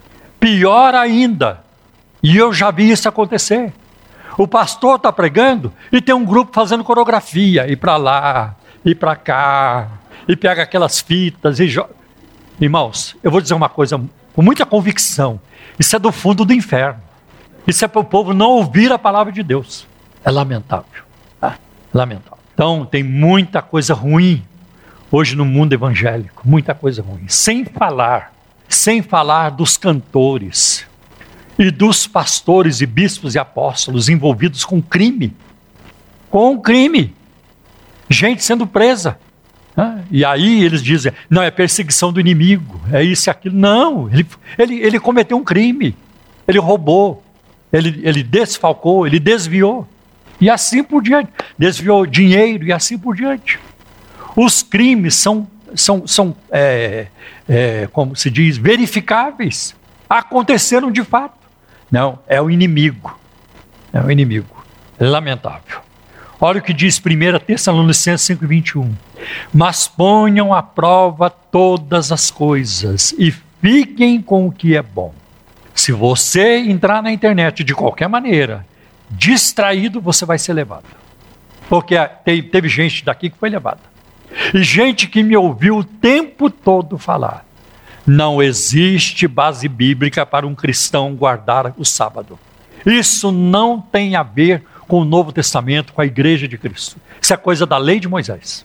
Pior ainda, e eu já vi isso acontecer. O pastor está pregando e tem um grupo fazendo coreografia, e para lá, e para cá, e pega aquelas fitas e joga. Irmãos, eu vou dizer uma coisa com muita convicção. Isso é do fundo do inferno. Isso é para o povo não ouvir a palavra de Deus. É lamentável. Tá? Lamentável. Então, tem muita coisa ruim hoje no mundo evangélico. Muita coisa ruim. Sem falar, sem falar dos cantores e dos pastores e bispos e apóstolos envolvidos com crime. Com crime. Gente sendo presa. Ah, e aí eles dizem, não, é perseguição do inimigo, é isso e aquilo. Não, ele, ele, ele cometeu um crime. Ele roubou. Ele, ele desfalcou, ele desviou, e assim por diante, desviou dinheiro e assim por diante. Os crimes são, são, são é, é, como se diz, verificáveis, aconteceram de fato. Não, é o inimigo, é o inimigo, é lamentável. Olha o que diz primeira Tessalonicenses cinco, vinte e um, mas ponham à prova todas as coisas e fiquem com o que é bom. Se você entrar na internet de qualquer maneira, distraído, você vai ser levado. Porque teve gente daqui que foi levada. E gente que me ouviu o tempo todo falar. Não existe base bíblica para um cristão guardar o sábado. Isso não tem a ver com o Novo Testamento, com a Igreja de Cristo. Isso é coisa da lei de Moisés.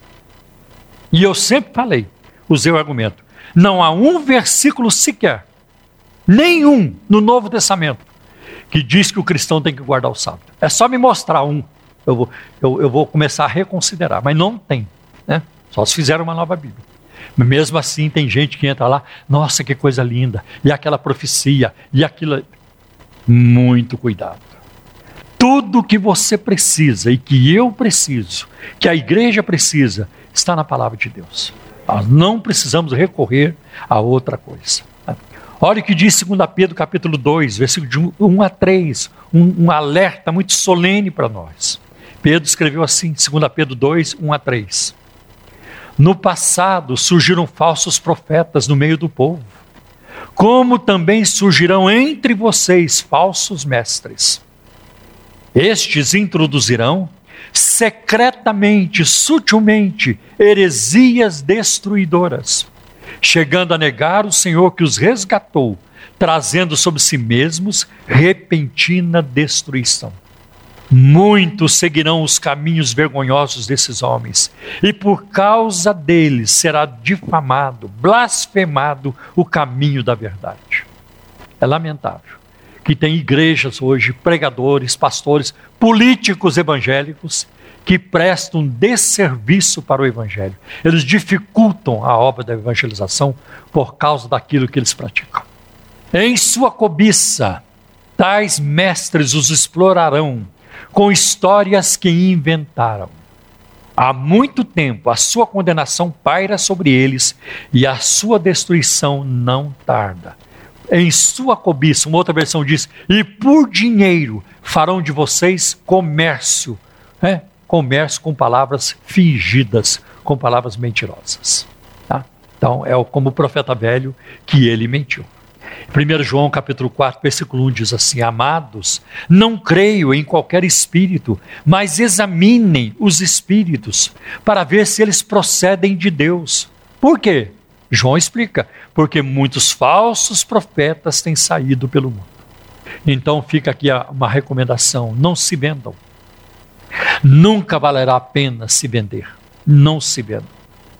E eu sempre falei, usei o argumento, não há um versículo sequer, nenhum no Novo Testamento, que diz que o cristão tem que guardar o sábado. É só me mostrar um, eu vou, eu, eu vou começar a reconsiderar, mas não tem, né? Só se fizeram uma nova Bíblia. Mas mesmo assim tem gente que entra lá, nossa, que coisa linda, e aquela profecia, e aquilo. Muito cuidado. Tudo que você precisa e que eu preciso, que a igreja precisa, está na palavra de Deus. Nós não precisamos recorrer a outra coisa. Olha o que diz dois Pedro capítulo dois, versículo de um a três, um, um alerta muito solene para nós. Pedro escreveu assim, dois Pedro dois, um a três. No passado surgiram falsos profetas no meio do povo, como também surgirão entre vocês falsos mestres. Estes introduzirão secretamente, sutilmente, heresias destruidoras, chegando a negar o Senhor que os resgatou, trazendo sobre si mesmos repentina destruição. Muitos seguirão os caminhos vergonhosos desses homens, e por causa deles será difamado, blasfemado o caminho da verdade. É lamentável que tem igrejas hoje, pregadores, pastores, políticos evangélicos, que prestam desserviço para o evangelho. Eles dificultam a obra da evangelização por causa daquilo que eles praticam. Em sua cobiça, tais mestres os explorarão com histórias que inventaram. Há muito tempo a sua condenação paira sobre eles e a sua destruição não tarda. Em sua cobiça, uma outra versão diz, e por dinheiro farão de vocês comércio, né? Comércio com palavras fingidas, com palavras mentirosas. Tá? Então é como o profeta velho que ele mentiu. primeiro João capítulo quatro, versículo um diz assim, amados, não creio em qualquer espírito, mas examinem os espíritos para ver se eles procedem de Deus. Por quê? João explica, porque muitos falsos profetas têm saído pelo mundo. Então fica aqui uma recomendação, não se vendam. Nunca valerá a pena se vender, não se vendam.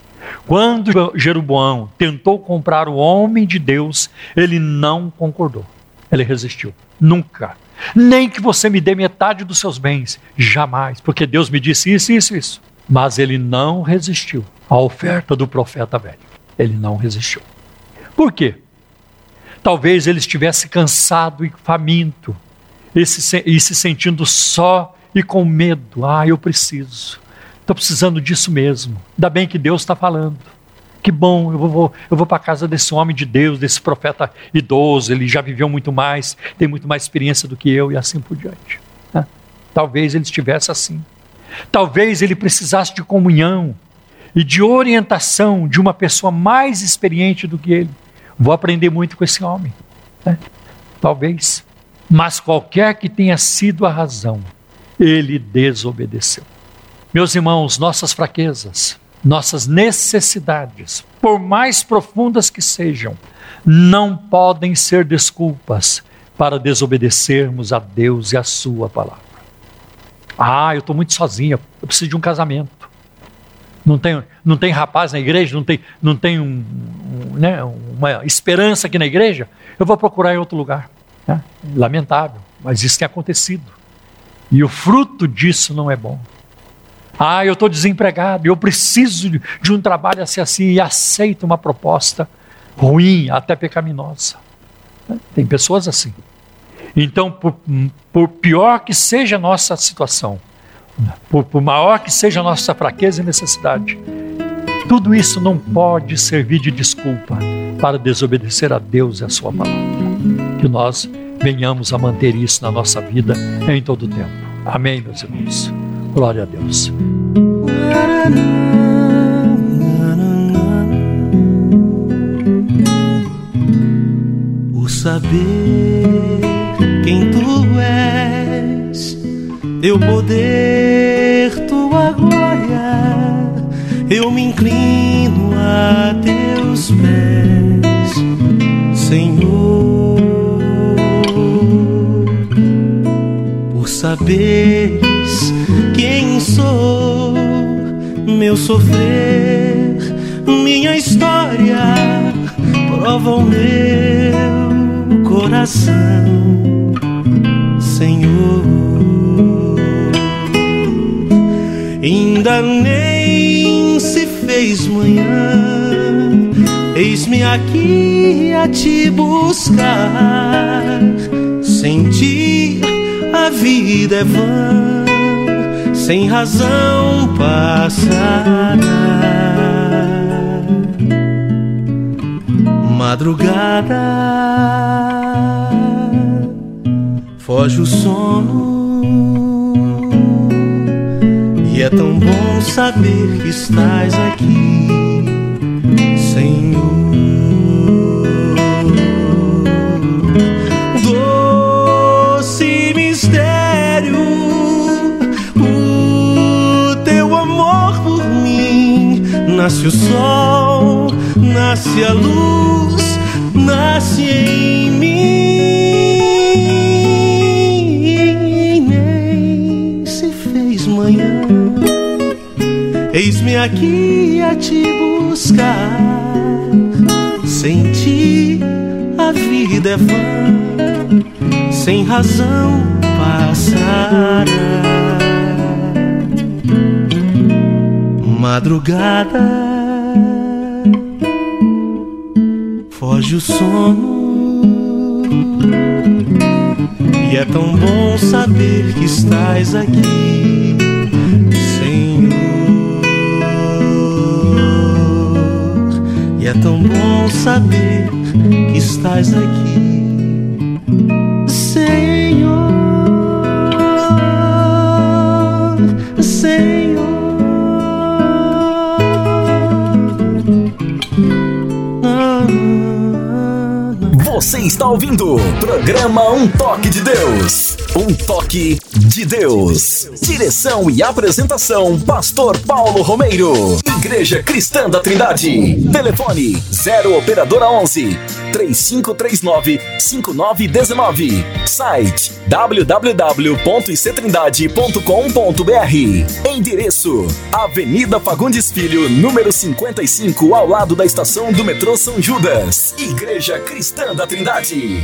Quando Jeroboão tentou comprar o homem de Deus, ele não concordou, ele resistiu, nunca. Nem que você me dê metade dos seus bens, jamais, porque Deus me disse isso, isso, isso. Mas ele não resistiu à oferta do profeta velho, ele não resistiu. Por quê? Talvez ele estivesse cansado e faminto, e se, e se sentindo só e com medo. Ah, eu preciso. Estou precisando disso mesmo. Ainda bem que Deus está falando. Que bom, eu vou, eu vou para a casa desse homem de Deus, desse profeta idoso, ele já viveu muito mais, tem muito mais experiência do que eu e assim por diante. Ah, talvez ele estivesse assim. Talvez ele precisasse de comunhão e de orientação de uma pessoa mais experiente do que ele. Vou aprender muito com esse homem. Né? Talvez. Mas qualquer que tenha sido a razão, ele desobedeceu. Meus irmãos, nossas fraquezas, nossas necessidades, por mais profundas que sejam, não podem ser desculpas para desobedecermos a Deus e a sua palavra. Ah, eu estou muito sozinha, eu preciso de um casamento. Não tem, não tem rapaz na igreja, não tem, não tem um, um, né, uma esperança aqui na igreja, eu vou procurar em outro lugar. Né? Lamentável, mas isso tem acontecido. E o fruto disso não é bom. Ah, eu estou desempregado, eu preciso de, de um trabalho assim, assim, e aceito uma proposta ruim, até pecaminosa. Né? Tem pessoas assim. Então, por, por pior que seja a nossa situação, por, por maior que seja a nossa fraqueza e necessidade, tudo isso não pode servir de desculpa para desobedecer a Deus e a sua palavra. Que nós venhamos a manter isso na nossa vida em todo o tempo. Amém, meus irmãos. Glória a Deus. Por saber quem tu és, teu poder, tua glória, eu me inclino a teus pés, Senhor. Por saberes quem sou, meu sofrer, minha história, prova o meu coração, Senhor. Ainda nem se fez manhã, eis-me aqui a te buscar. Sem ti a vida é vã, sem razão passará. Madrugada, foge o sono, e é tão bom saber que estás aqui, Senhor. Doce mistério, o teu amor por mim. Nasce o sol, nasce a luz, nasce em mim. aqui a te buscar. Sem ti a vida é vã, sem razão passará. Madrugada, foge o sono, e é tão bom saber que estás aqui, Senhor. E é tão bom saber que estás aqui, Senhor, Senhor. Você está ouvindo o programa Um Toque de Deus. Um Toque de Deus. Direção e apresentação, Pastor Paulo Romeiro. Igreja Cristã da Trindade. Telefone zero operadora onze, três cinco três nove, cinco nove um nove. Site w w w ponto i c trindade ponto com ponto b r. Endereço: Avenida Fagundes Filho, número cinquenta e cinco, ao lado da estação do metrô São Judas. Igreja Cristã da Trindade.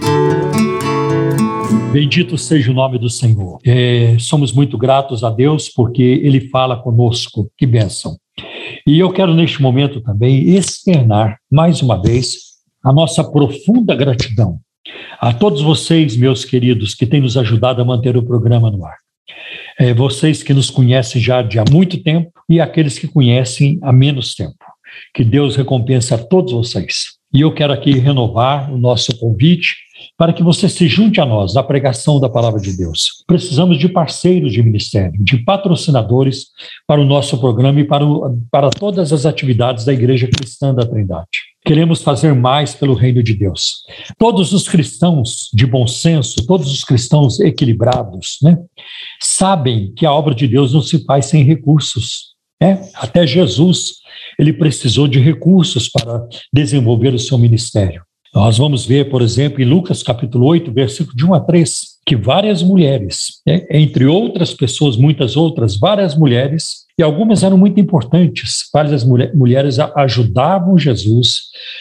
Bendito seja o nome do Senhor. É, somos muito gratos a Deus porque Ele fala conosco. Que bênção. E eu quero neste momento também externar mais uma vez a nossa profunda gratidão a todos vocês, meus queridos, que têm nos ajudado a manter o programa no ar. É, vocês que nos conhecem já de há muito tempo e aqueles que conhecem há menos tempo. Que Deus recompense a todos vocês. E eu quero aqui renovar o nosso convite para que você se junte a nós na pregação da Palavra de Deus. Precisamos de parceiros de ministério, de patrocinadores para o nosso programa e para, o, para todas as atividades da Igreja Cristã da Trindade. Queremos fazer mais pelo reino de Deus. Todos os cristãos de bom senso, todos os cristãos equilibrados, né, sabem que a obra de Deus não se faz sem recursos. Né? Até Jesus, ele precisou de recursos para desenvolver o seu ministério. Nós vamos ver, por exemplo, em Lucas capítulo oito, versículo de um a três, que várias mulheres, né, entre outras pessoas, muitas outras, várias mulheres, e algumas eram muito importantes, várias mulher, mulheres ajudavam Jesus,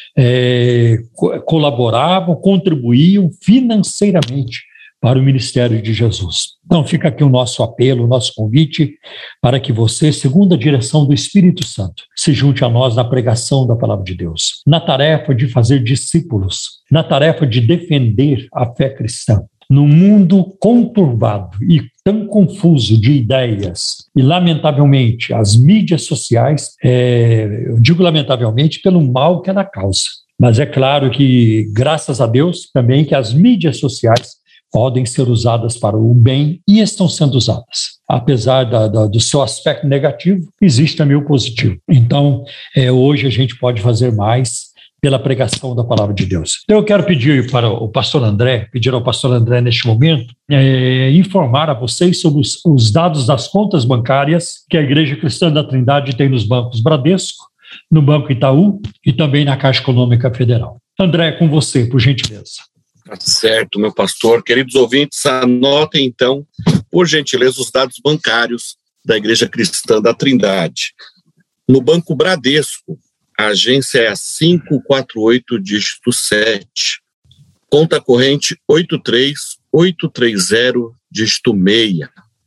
é, co- colaboravam, contribuíam financeiramente para o ministério de Jesus. Então fica aqui o nosso apelo, o nosso convite, para que você, segundo a direção do Espírito Santo, se junte a nós na pregação da Palavra de Deus, na tarefa de fazer discípulos, na tarefa de defender a fé cristã, num mundo conturbado e tão confuso de ideias. E, lamentavelmente, as mídias sociais, é, eu digo lamentavelmente pelo mal que ela causa. Mas é claro que, graças a Deus, também que as mídias sociais podem ser usadas para o bem e estão sendo usadas. Apesar da, da, do seu aspecto negativo, existe também o positivo. Então, é, hoje a gente pode fazer mais pela pregação da Palavra de Deus. Então eu quero pedir para o pastor André, pedir ao pastor André neste momento, é, informar a vocês sobre os, os dados das contas bancárias que a Igreja Cristã da Trindade tem nos bancos Bradesco, no Banco Itaú e também na Caixa Econômica Federal. André, é com você, por gentileza. Tá certo, meu pastor. Queridos ouvintes, anotem então, por gentileza, os dados bancários da Igreja Cristã da Trindade. No Banco Bradesco, a agência é a cinco quatro oito, dígito sete. Conta corrente oito três oito três zero, dígito seis.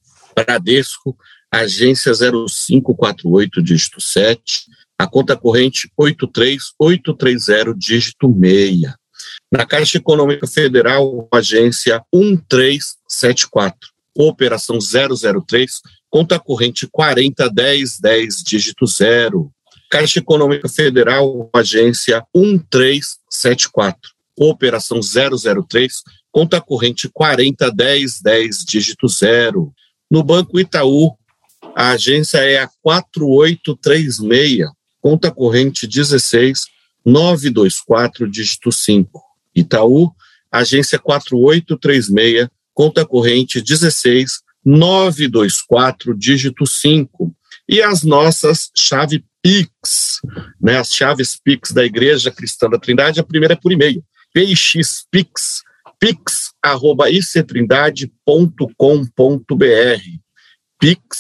Bradesco, agência zero cinco quatro oito, dígito sete. A conta corrente oito três oito três zero, dígito seis. Na Caixa Econômica Federal, agência um três sete quatro. Operação zero zero três, conta corrente quarenta dez dez, dígito zero. Caixa Econômica Federal, agência um três sete quatro, operação zero zero três, conta corrente quarenta dez dez, dígito zero. No Banco Itaú, a agência é a quatro oito três seis, conta corrente dezesseis nove dois quatro, dígito cinco. Itaú, agência quatro oito três seis, conta corrente dezesseis nove dois quatro, dígito cinco. E as nossas chave Pix, né, as chaves Pix da Igreja Cristã da Trindade, a primeira é por e-mail, P X Pix, pix arroba i c trindade ponto com ponto b r, pix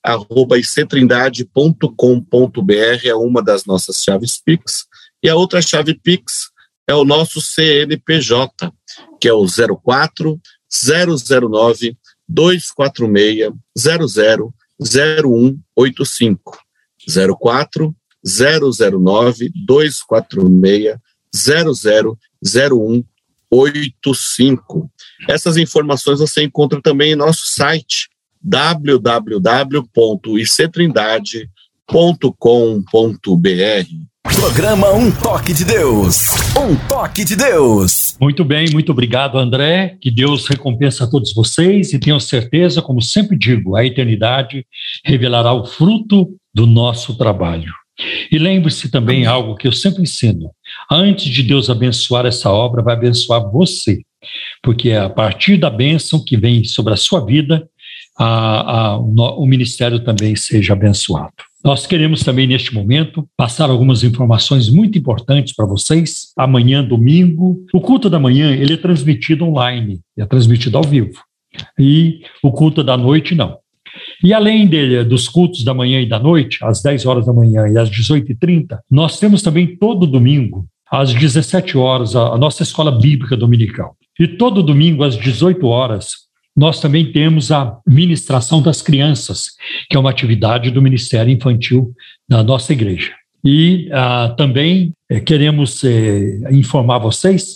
arroba i c trindade ponto com ponto b r é uma das nossas chaves Pix. E a outra chave Pix é o nosso C N P J, que é o zero quatro zero zero nove dois quatro seis zero zero zero um oito cinco. zero quatro zero zero nove dois quatro seis zero zero zero um oito cinco. Essas informações você encontra também em nosso site w w w ponto i c trindade ponto com ponto b r. Programa Um Toque de Deus. Um Toque de Deus. Muito bem, muito obrigado, André. Que Deus recompense a todos vocês e tenham certeza, como sempre digo, a eternidade revelará o fruto do nosso trabalho. E lembre-se também algo que eu sempre ensino: antes de Deus abençoar essa obra, vai abençoar você, porque é a partir da bênção que vem sobre a sua vida, a, a, o, o ministério também seja abençoado. Nós queremos também, neste momento, passar algumas informações muito importantes para vocês. Amanhã, domingo, o culto da manhã ele é transmitido online, é transmitido ao vivo, e o culto da noite não. E além de, dos cultos da manhã e da noite, às dez horas da manhã e às dezoito e trinta, nós temos também todo domingo, às dezessete horas, a, a nossa escola bíblica dominical. E todo domingo, às dezoito horas, nós também temos a ministração das crianças, que é uma atividade do Ministério Infantil da nossa igreja. E ah, também eh, queremos eh, informar vocês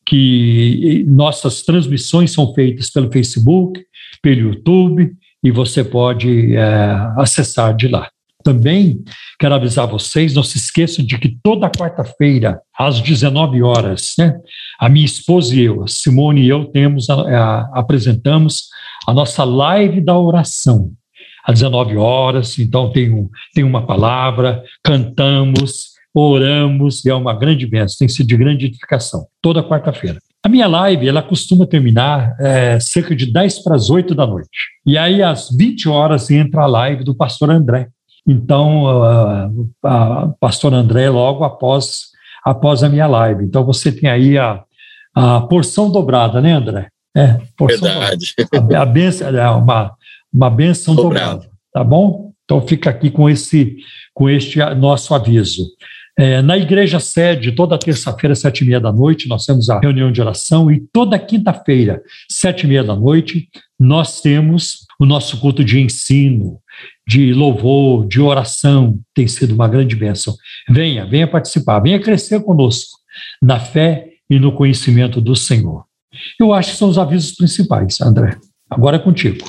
que nossas transmissões são feitas pelo Facebook, pelo YouTube, e você pode eh, acessar de lá. Também quero avisar vocês, não se esqueçam de que toda quarta-feira, às dezenove horas, né, a minha esposa e eu, a Simone e eu, temos a, a, apresentamos a nossa live da oração, às dezenove horas, então tem, um, tem uma palavra, cantamos, oramos, e é uma grande bênção, tem sido de grande edificação, toda quarta-feira. A minha live, ela costuma terminar é, cerca de dez para as oito da noite, e aí às vinte horas entra a live do pastor André. Então, uh, a pastor André, logo após, após a minha live. Então, você tem aí a, a porção dobrada, né, André? É, porção Verdade. Dobrada. A, a benção, é uma, uma benção dobrada, dobrada, tá bom? Então, fica aqui com, esse, com este nosso aviso. É, na igreja sede, toda terça-feira, sete e meia da noite, nós temos a reunião de oração, e toda quinta-feira, sete e meia da noite, nós temos o nosso culto de ensino, de louvor, de oração. Tem sido uma grande bênção. Venha, venha participar, venha crescer conosco na fé e no conhecimento do Senhor. Eu acho que são os avisos principais, André. Agora é contigo.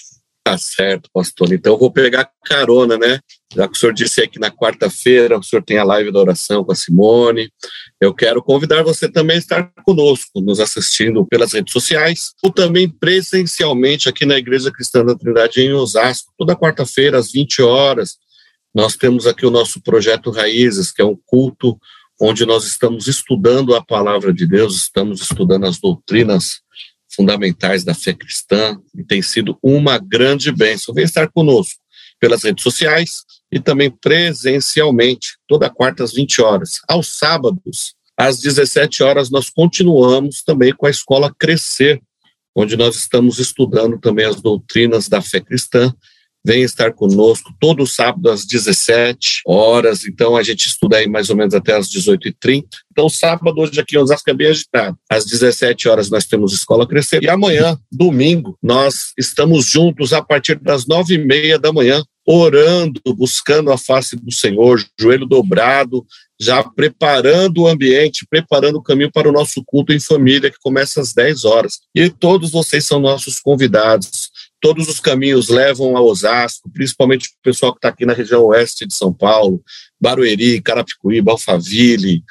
Tá certo, pastor. Então eu vou pegar carona, né? Já que o senhor disse aí que na quarta-feira o senhor tem a live da oração com a Simone, eu quero convidar você também a estar conosco, nos assistindo pelas redes sociais, ou também presencialmente aqui na Igreja Cristã da Trindade em Osasco, toda quarta-feira às vinte horas. Nós temos aqui o nosso Projeto Raízes, que é um culto onde nós estamos estudando a palavra de Deus, estamos estudando as doutrinas fundamentais da fé cristã, e tem sido uma grande bênção. Venha estar conosco pelas redes sociais e também presencialmente, toda quarta às vinte horas. Aos sábados, às dezessete horas, nós continuamos também com a Escola Crescer, onde nós estamos estudando também as doutrinas da fé cristã. Venha estar conosco todo sábado às dezessete horas, então a gente estuda aí mais ou menos até às dezoito e trinta. Então sábado hoje aqui em Osasco é bem agitado. Às dezessete horas nós temos Escola Crescer, e amanhã, domingo, nós estamos juntos a partir das nove e meia da manhã, orando, buscando a face do Senhor, joelho dobrado, já preparando o ambiente, preparando o caminho para o nosso culto em família, que começa às dez horas. E todos vocês são nossos convidados. Todos os caminhos levam a Osasco, principalmente o pessoal que está aqui na região oeste de São Paulo, Barueri, Carapicuíba, Alphaville,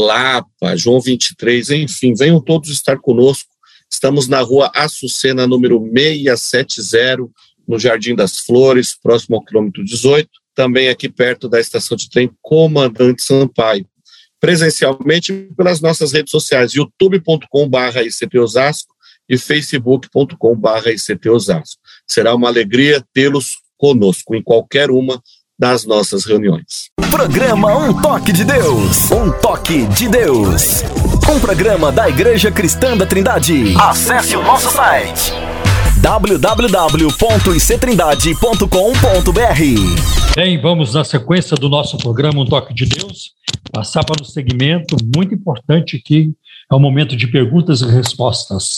Lapa, João vinte e três, enfim, venham todos estar conosco. Estamos na rua Açucena, número seiscentos e setenta, no Jardim das Flores, próximo ao quilômetro dezoito, também aqui perto da estação de trem Comandante Sampaio. Presencialmente pelas nossas redes sociais, youtube ponto com barra I C T Osasco e facebook ponto com barra I C T Osasco. Será uma alegria tê-los conosco em qualquer uma das nossas reuniões. Programa Um Toque de Deus. Um Toque de Deus. Um programa da Igreja Cristã da Trindade. Acesse o nosso site w w w ponto i c trindade ponto com ponto b r. Bem, vamos na sequência do nosso programa Um Toque de Deus, passar para um segmento muito importante que é o momento de perguntas e respostas.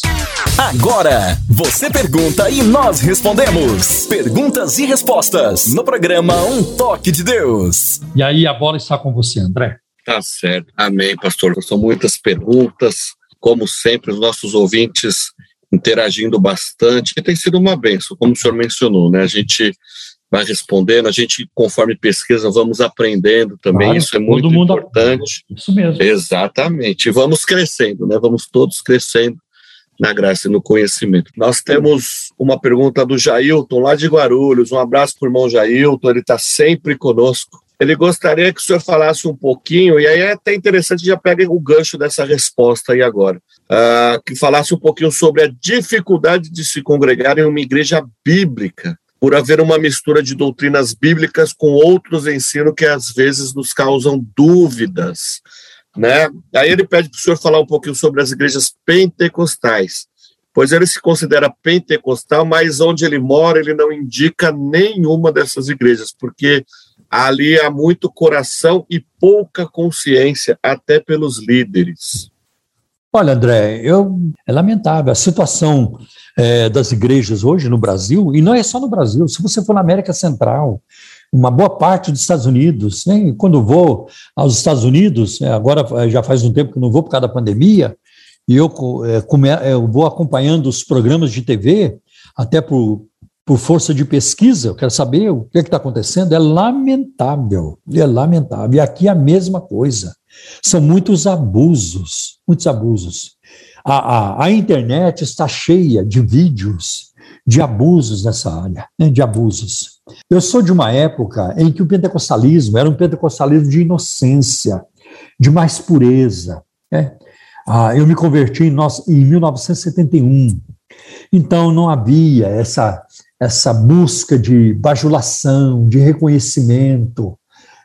Agora, você pergunta e nós respondemos. Perguntas e respostas no programa Um Toque de Deus. E aí a bola está com você, André. Tá certo. Amém, pastor. São muitas perguntas, como sempre, os nossos ouvintes interagindo bastante, que tem sido uma bênção, como o senhor mencionou, né? A gente vai respondendo, a gente, conforme pesquisa, vamos aprendendo também, claro, isso é muito importante. Aprende. Isso mesmo. Exatamente. E vamos crescendo, né? Vamos todos crescendo na graça e no conhecimento. Nós temos uma pergunta do Jailton, lá de Guarulhos. Um abraço para o irmão Jailton, ele está sempre conosco. Ele gostaria que o senhor falasse um pouquinho, e aí é até interessante, já pega o gancho dessa resposta aí agora, uh, que falasse um pouquinho sobre a dificuldade de se congregar em uma igreja bíblica, por haver uma mistura de doutrinas bíblicas com outros ensinos que às vezes nos causam dúvidas, né? Aí ele pede para o senhor falar um pouquinho sobre as igrejas pentecostais, pois ele se considera pentecostal, mas onde ele mora ele não indica nenhuma dessas igrejas, porque ali há muito coração e pouca consciência, até pelos líderes. Olha, André, eu, é lamentável a situação é, das igrejas hoje no Brasil, e não é só no Brasil, se você for na América Central, uma boa parte dos Estados Unidos, né? Quando eu vou aos Estados Unidos, agora já faz um tempo que eu não vou por causa da pandemia, e eu, é, come, eu vou acompanhando os programas de T V, até por, por força de pesquisa, eu quero saber o que é está acontecendo, é lamentável, é lamentável, e aqui é a mesma coisa. São muitos abusos, muitos abusos. A, a, a internet está cheia de vídeos de abusos nessa área, né, de abusos. Eu sou de uma época em que o pentecostalismo era um pentecostalismo de inocência, de mais pureza. Né? Ah, eu me converti em, no, em mil novecentos e setenta e um, então não havia essa, essa busca de bajulação, de reconhecimento.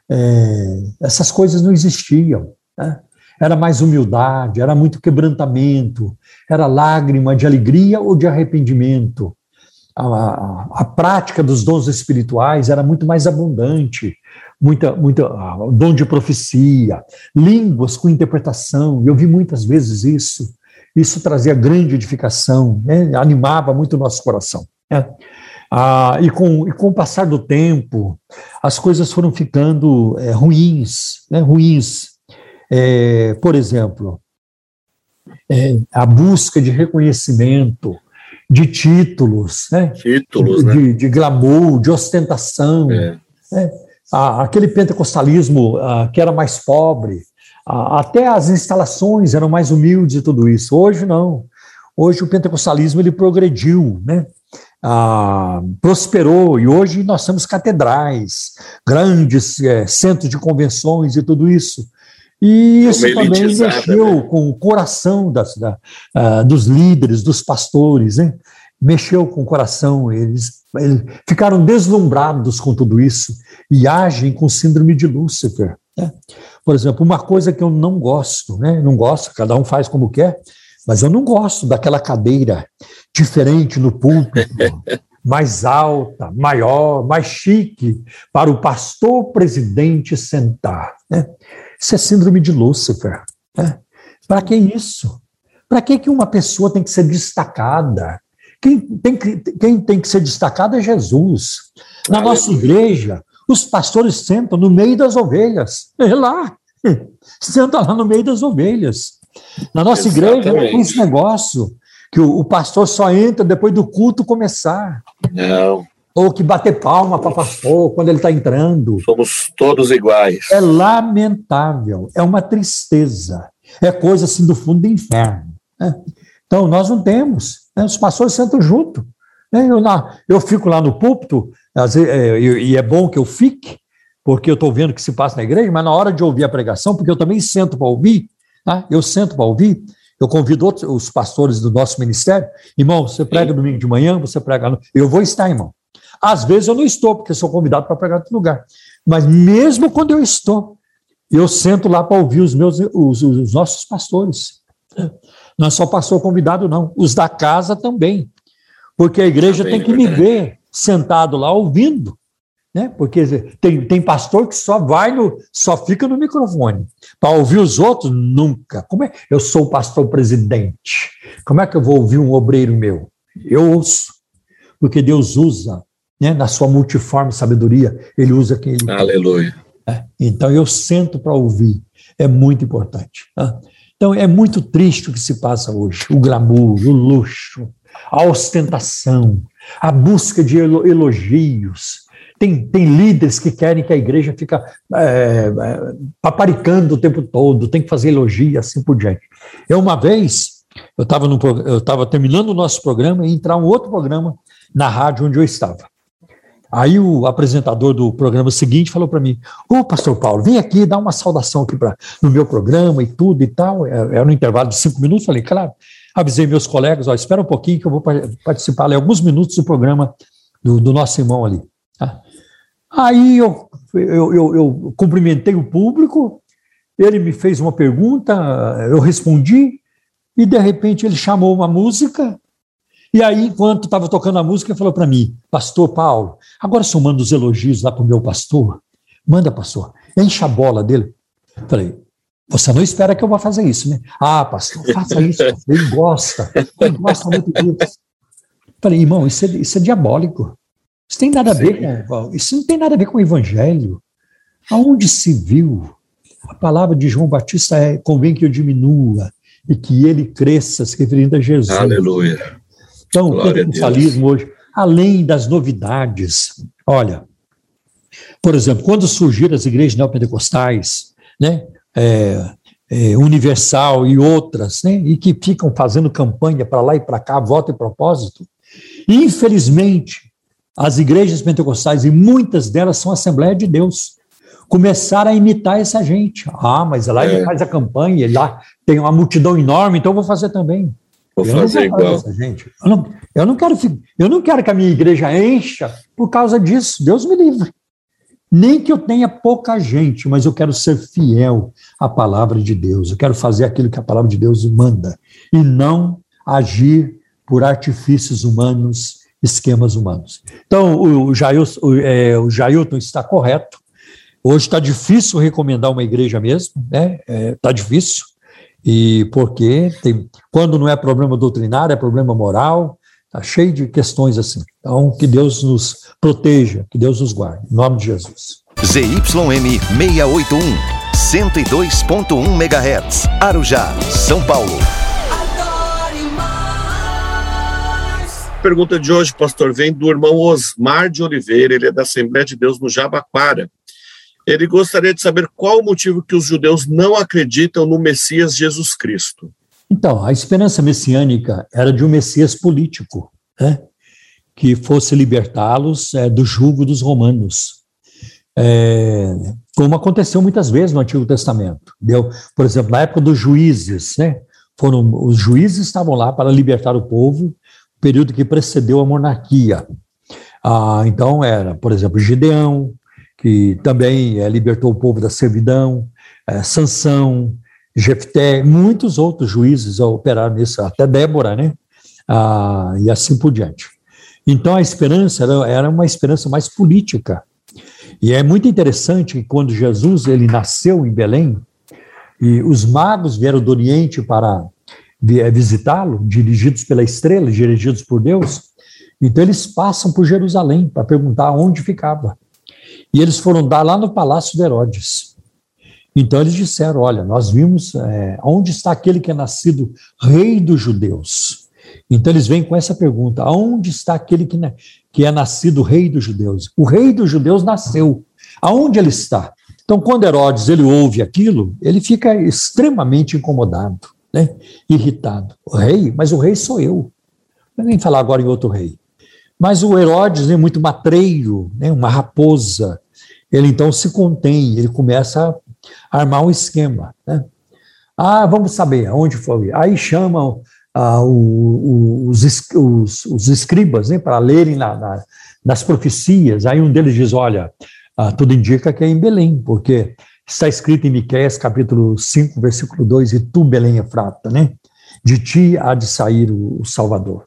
É, essas coisas não existiam, né? Era mais humildade, era muito quebrantamento, era lágrima de alegria ou de arrependimento. A, a, a prática dos dons espirituais era muito mais abundante, muita, muita, uh, dom de profecia, línguas com interpretação, eu vi muitas vezes isso, isso trazia grande edificação, né? Animava muito o nosso coração, né? Ah, e, com, e com o passar do tempo, as coisas foram ficando é, ruins, né, ruins. É, por exemplo, é, a busca de reconhecimento, de títulos, né, títulos, de, né? de, de glamour, de ostentação. É. Né, a, aquele pentecostalismo ah, que era mais pobre, a, até as instalações eram mais humildes e tudo isso. Hoje não. Hoje o pentecostalismo ele progrediu, né? Ah, prosperou, e hoje nós temos catedrais, grandes é, centros de convenções e tudo isso. E isso também mexeu, né, com o coração das, da, uh, dos líderes, dos pastores, né? Mexeu com o coração, eles, eles ficaram deslumbrados com tudo isso e agem com síndrome de Lúcifer. Né? Por exemplo, uma coisa que eu não gosto, né? Não gosto, cada um faz como quer, mas eu não gosto daquela cadeira diferente no púlpito, mais alta, maior, mais chique, para o pastor presidente sentar. Né? Isso é síndrome de Lúcifer. Né? Para que isso? Para que, que uma pessoa tem que ser destacada? Quem tem que, quem tem que ser destacado é Jesus. Na nossa igreja, os pastores sentam no meio das ovelhas. É lá, senta lá no meio das ovelhas. Na nossa Exatamente. igreja não tem esse negócio que o, o pastor só entra depois do culto começar. Não. Ou que bater palma para o pastor quando ele está entrando. Somos todos iguais. É lamentável, é uma tristeza, é coisa assim do fundo do inferno. Né? Então, nós não temos, né? Os pastores sentam junto. Né? Eu, na, eu fico lá no púlpito, às vezes, é, e é bom que eu fique, porque eu estou vendo o que se passa na igreja, mas na hora de ouvir a pregação, porque eu também sento para ouvir, tá? eu sento para ouvir, eu convido outros, os pastores do nosso ministério, irmão, você prega domingo de manhã, você prega... No... Eu vou estar, irmão. Às vezes eu não estou, porque sou convidado para pregar em outro lugar. Mas mesmo quando eu estou, eu sento lá para ouvir os, meus, os, os nossos pastores. Não é só pastor convidado, não. Os da casa também. Porque a igreja Amém, tem que verdade. me ver sentado lá ouvindo, né? Porque tem, tem pastor que só vai no, só fica no microfone. Para ouvir os outros, nunca. Como é? Eu sou o pastor presidente. Como é que eu vou ouvir um obreiro meu? Eu ouço. Porque Deus usa, né, na sua multiforme sabedoria, ele usa quem ele Aleluia. quer. É, então eu sento para ouvir. É muito importante. Tá? Então é muito triste o que se passa hoje. O glamour, o luxo, a ostentação, a busca de elogios. Tem, tem líderes que querem que a igreja fique é, é, paparicando o tempo todo, tem que fazer elogio e assim por diante. Eu, uma vez, eu estava eu estava terminando o nosso programa e entrar um outro programa na rádio onde eu estava. Aí o apresentador do programa seguinte falou para mim: ô, pastor Paulo, vem aqui dar uma saudação aqui pra, no meu programa e tudo e tal. Era no intervalo de cinco minutos, falei, claro. Avisei meus colegas, ó, espera um pouquinho que eu vou participar ali alguns minutos do programa do, do nosso irmão ali. Tá? Aí eu, eu, eu, eu cumprimentei o público, ele me fez uma pergunta, eu respondi, e de repente ele chamou uma música, e aí, enquanto estava tocando a música, ele falou para mim: pastor Paulo, agora só manda os elogios lá para o meu pastor. Manda, pastor, enche a bola dele. Falei, você não espera que eu vá fazer isso, né? Ah, pastor, faça isso, ele gosta, ele gosta muito disso. Falei, irmão, isso é, isso é diabólico. Isso tem nada a ver com, isso não tem nada a ver com o evangelho. Aonde se viu? A palavra de João Batista é: convém que eu diminua e que ele cresça, se referindo a Jesus. Aleluia. Então, o pentecostalismo hoje, além das novidades, olha, por exemplo, quando surgiram as igrejas neopentecostais, né, é, é, Universal e outras, né, e que ficam fazendo campanha para lá e para cá, voto e propósito, infelizmente, as igrejas pentecostais, e muitas delas são Assembleia de Deus, começaram a imitar essa gente. Ah, mas lá é. ele faz a campanha, ele lá tem uma multidão enorme, então eu vou fazer também. Vou eu fazer não igual. Essa gente. Eu, não, eu, não quero, eu não quero que a minha igreja encha por causa disso, Deus me livre. Nem que eu tenha pouca gente, mas eu quero ser fiel à palavra de Deus, eu quero fazer aquilo que a palavra de Deus manda, e não agir por artifícios humanos, esquemas humanos. Então, o Jailton, o, é, o Jailton está correto. Hoje está difícil recomendar uma igreja mesmo, né? Está é, difícil, e porque tem, quando não é problema doutrinário, é problema moral, está cheio de questões assim. Então, que Deus nos proteja, que Deus nos guarde. Em nome de Jesus. Z Y M seiscentos e oitenta e um, cento e dois ponto um megahertz, Arujá, São Paulo. A pergunta de hoje, pastor, vem do irmão Osmar de Oliveira, ele é da Assembleia de Deus no Jabaquara. Ele gostaria de saber qual o motivo que os judeus não acreditam no Messias Jesus Cristo. Então, a esperança messiânica era de um Messias político, né, que fosse libertá-los é, do jugo dos romanos, é, como aconteceu muitas vezes no Antigo Testamento. Deu, por exemplo, na época dos juízes, né, foram, os juízes estavam lá para libertar o povo, período que precedeu a monarquia. Ah, então era, por exemplo, Gideão, que também é, libertou o povo da servidão, é, Sansão, Jefté, muitos outros juízes operaram nisso, até Débora, né? Ah, e assim por diante. Então a esperança era, era uma esperança mais política. E é muito interessante que quando Jesus ele nasceu em Belém, e os magos vieram do Oriente para visitá-lo, dirigidos pela estrela, dirigidos por Deus, então eles passam por Jerusalém para perguntar onde ficava. E eles foram dar lá no palácio de Herodes. Então eles disseram, olha, nós vimos é, onde está aquele que é nascido rei dos judeus. Então eles vêm com essa pergunta, aonde está aquele que, que é nascido rei dos judeus? O rei dos judeus nasceu, aonde ele está? Então quando Herodes ele ouve aquilo, ele fica extremamente incomodado, né? Irritado. O rei? Mas o rei sou eu. Não vem falar agora em outro rei. Mas o Herodes é muito matreiro, né, uma raposa. Ele então se contém, ele começa a armar um esquema. Né? Ah, vamos saber aonde foi. Aí chamam ah, o, o, os, os, os escribas, né, para lerem na, na, nas profecias. Aí um deles diz, olha, ah, tudo indica que é em Belém, porque está escrito em Miqueias, capítulo cinco, versículo dois, e tu, Belém Efrata, né? De ti há de sair o, o Salvador.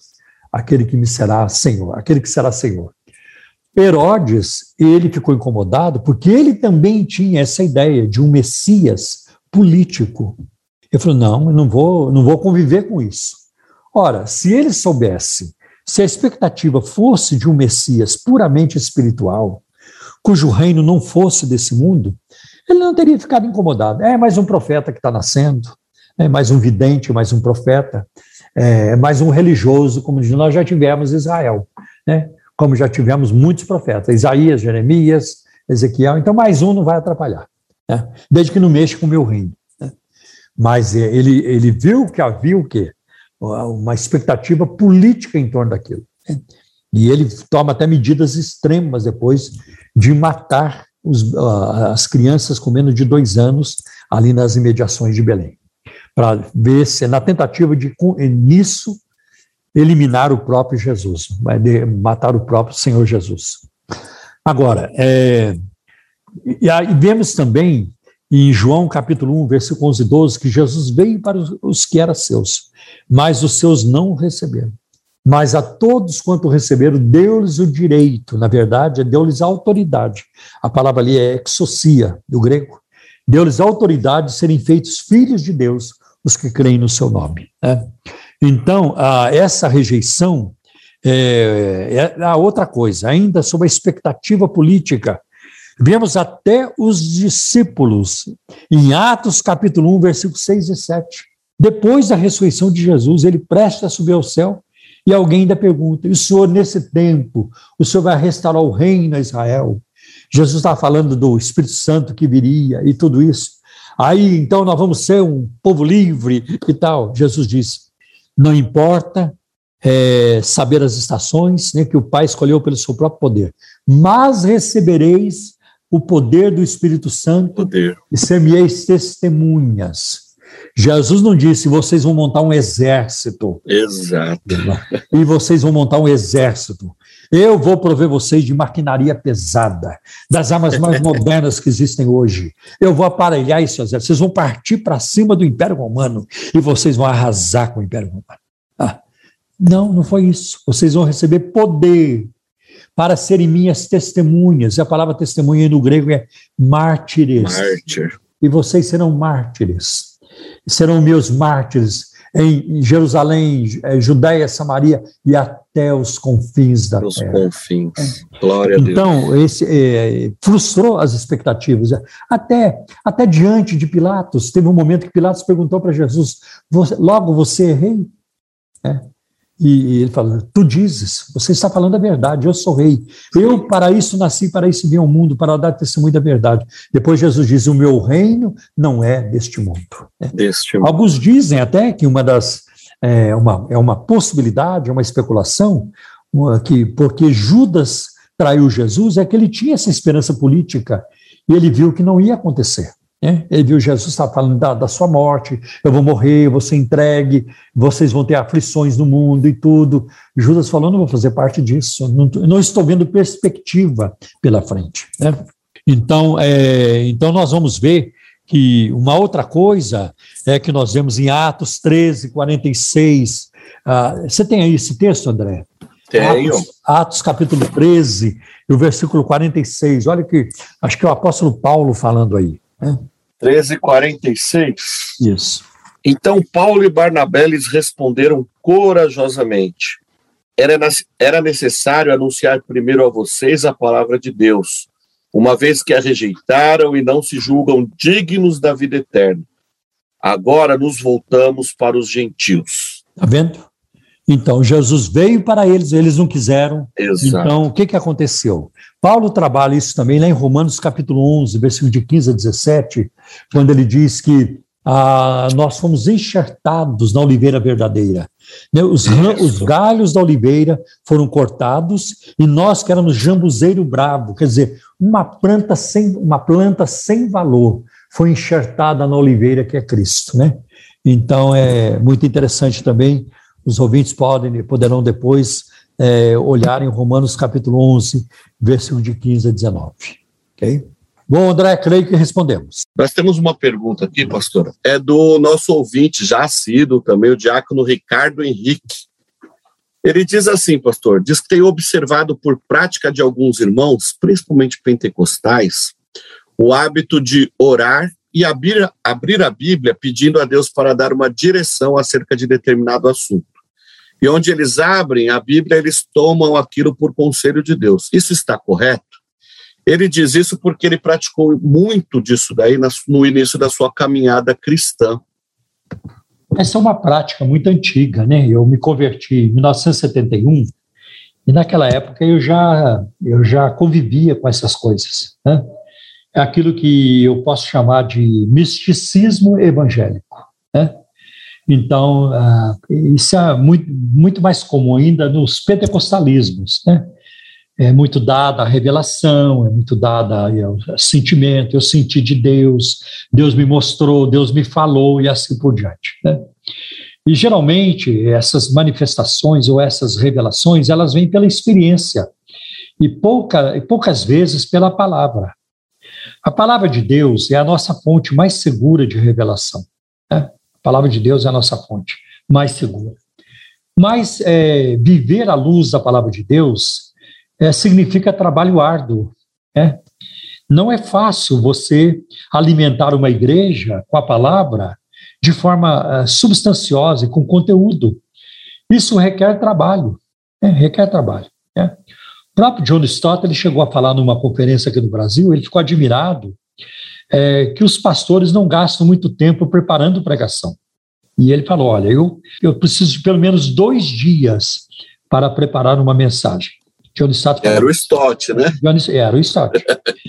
aquele que me será Senhor, aquele que será Senhor. Herodes, ele ficou incomodado porque ele também tinha essa ideia de um Messias político. Ele falou, não, eu não vou, não vou conviver com isso. Ora, se ele soubesse, se a expectativa fosse de um Messias puramente espiritual, cujo reino não fosse desse mundo, ele não teria ficado incomodado. É mais um profeta que está nascendo, é mais um vidente, mais um profeta, é mais um religioso, como nós já tivemos em Israel, né? Como já tivemos muitos profetas, Isaías, Jeremias, Ezequiel, então mais um não vai atrapalhar, né? Desde que não mexa com o meu reino. Né? Mas ele, ele viu que havia o quê? Uma expectativa política em torno daquilo. Né? E ele toma até medidas extremas depois de matar os, as crianças com menos de dois anos ali nas imediações de Belém, para ver se, na tentativa de, nisso, eliminar o próprio Jesus, matar o próprio Senhor Jesus. Agora, é, e aí vemos também em João capítulo um, versículo onze e doze, que Jesus veio para os, os que eram seus, mas os seus não o receberam. Mas a todos quanto receberam, deu-lhes o direito, na verdade, deu-lhes a autoridade. A palavra ali é exousia, do grego. Deu-lhes a autoridade de serem feitos filhos de Deus, os que creem no seu nome. Né? Então, essa rejeição é, é a outra coisa, ainda sobre a expectativa política. Vemos até os discípulos, em Atos capítulo um, versículos seis e sete. Depois da ressurreição de Jesus, ele presta a subir ao céu, e alguém ainda pergunta, e o Senhor, nesse tempo, o Senhor vai restaurar o reino a Israel? Jesus está falando do Espírito Santo que viria e tudo isso. Aí, então, nós vamos ser um povo livre e tal. Jesus diz, não importa é, saber as estações, né, que o Pai escolheu pelo seu próprio poder, mas recebereis o poder do Espírito Santo poder. E ser-me-eis testemunhas. Jesus não disse, vocês vão montar um exército. Exato. E vocês vão montar um exército. Eu vou prover vocês de maquinaria pesada, das armas mais modernas que existem hoje. Eu vou aparelhar esse exército. Vocês vão partir para cima do Império Romano e vocês vão arrasar com o Império Romano. Ah, não, não foi isso. Vocês vão receber poder para serem minhas testemunhas. E a palavra testemunha no grego é mártires. Mártir. E vocês serão mártires. Serão meus mártires em Jerusalém, Judéia, Samaria e até os confins da os terra. Os confins. Glória a Deus. Então, esse, é, frustrou as expectativas. Até, até diante de Pilatos, teve um momento que Pilatos perguntou para Jesus, você, logo você é rei? É. E ele falou, tu dizes, você está falando a verdade, eu sou rei. Eu para isso nasci, para isso vim ao mundo, para dar testemunho da verdade. Depois Jesus diz, o meu reino não é deste mundo. Deste mundo. Alguns dizem até que uma das, é uma, é uma possibilidade, uma especulação, uma, que porque Judas traiu Jesus, é que ele tinha essa esperança política e ele viu que não ia acontecer. É, ele viu Jesus estar falando da, da sua morte, eu vou morrer, eu vou ser entregue, vocês vão ter aflições no mundo e tudo. Judas falou, não vou fazer parte disso, não, não estou vendo perspectiva pela frente. Né? Então, é, então nós vamos ver que uma outra coisa é que nós vemos em Atos treze, quarenta e seis. Ah, você tem aí esse texto, André? Tenho. Atos, Atos capítulo treze, e o versículo quarenta e seis. Olha que, acho que é o apóstolo Paulo falando aí. Né? treze, quarenta e seis. Isso. Então Paulo e Barnabé lhes responderam corajosamente. Era, era necessário anunciar primeiro a vocês a palavra de Deus, uma vez que a rejeitaram e não se julgam dignos da vida eterna. Agora nos voltamos para os gentios. Está vendo? Então, Jesus veio para eles, eles não quiseram. Exato. Então, o que, que aconteceu? Paulo trabalha isso também lá em Romanos capítulo onze, versículo de quinze a dezessete, quando ele diz que ah, nós fomos enxertados na oliveira verdadeira. Né? Os, os galhos da oliveira foram cortados e nós que éramos jambuzeiro bravo, quer dizer, uma planta sem, uma planta sem valor foi enxertada na oliveira que é Cristo. Né? Então, é muito interessante também. Os ouvintes podem, poderão depois é, olhar em Romanos capítulo onze, versículo de quinze a dezenove. Okay? Bom, André, creio que respondemos. Nós temos uma pergunta aqui, pastor. É do nosso ouvinte, já assíduo também, o diácono Ricardo Henrique. Ele diz assim, pastor, diz que tem observado por prática de alguns irmãos, principalmente pentecostais, o hábito de orar e abrir, abrir a Bíblia pedindo a Deus para dar uma direção acerca de determinado assunto. E onde eles abrem a Bíblia, eles tomam aquilo por conselho de Deus. Isso está correto? Ele diz isso porque ele praticou muito disso daí no início da sua caminhada cristã. Essa é uma prática muito antiga, né? Eu me converti em mil novecentos e setenta e um e naquela época eu já, eu já convivia com essas coisas, né? É aquilo que eu posso chamar de misticismo evangélico, né? Então, uh, isso é muito, muito mais comum ainda nos pentecostalismos, né? É muito dada a revelação, é muito dada ao sentimento, eu senti de Deus, Deus me mostrou, Deus me falou e assim por diante, né? E geralmente essas manifestações ou essas revelações, elas vêm pela experiência e, pouca, e poucas vezes pela palavra. A palavra de Deus é a nossa fonte mais segura de revelação, né? A palavra de Deus é a nossa fonte mais segura. Mas é, viver à luz da palavra de Deus É, significa trabalho árduo, né? Não é fácil você alimentar uma igreja com a palavra de forma uh, substanciosa e com conteúdo. Isso requer trabalho, né? requer trabalho. Né? O próprio John Stott, ele chegou a falar numa conferência aqui no Brasil, ele ficou admirado é, que os pastores não gastam muito tempo preparando pregação. E ele falou, olha, eu, eu preciso de pelo menos dois dias para preparar uma mensagem. John Stott era o Stott, né? Era o Stott.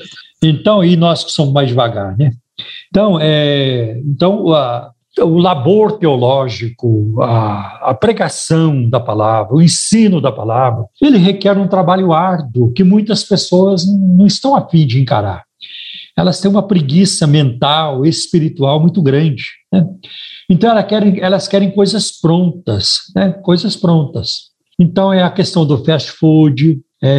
Então, e nós que somos mais devagar, né? Então, é, então a, o labor teológico, a, a pregação da palavra, o ensino da palavra, ele requer um trabalho árduo que muitas pessoas não estão a fim de encarar. Elas têm uma preguiça mental, espiritual muito grande, né? Então, elas querem, elas querem coisas prontas, né? Coisas prontas. Então, é a questão do fast food,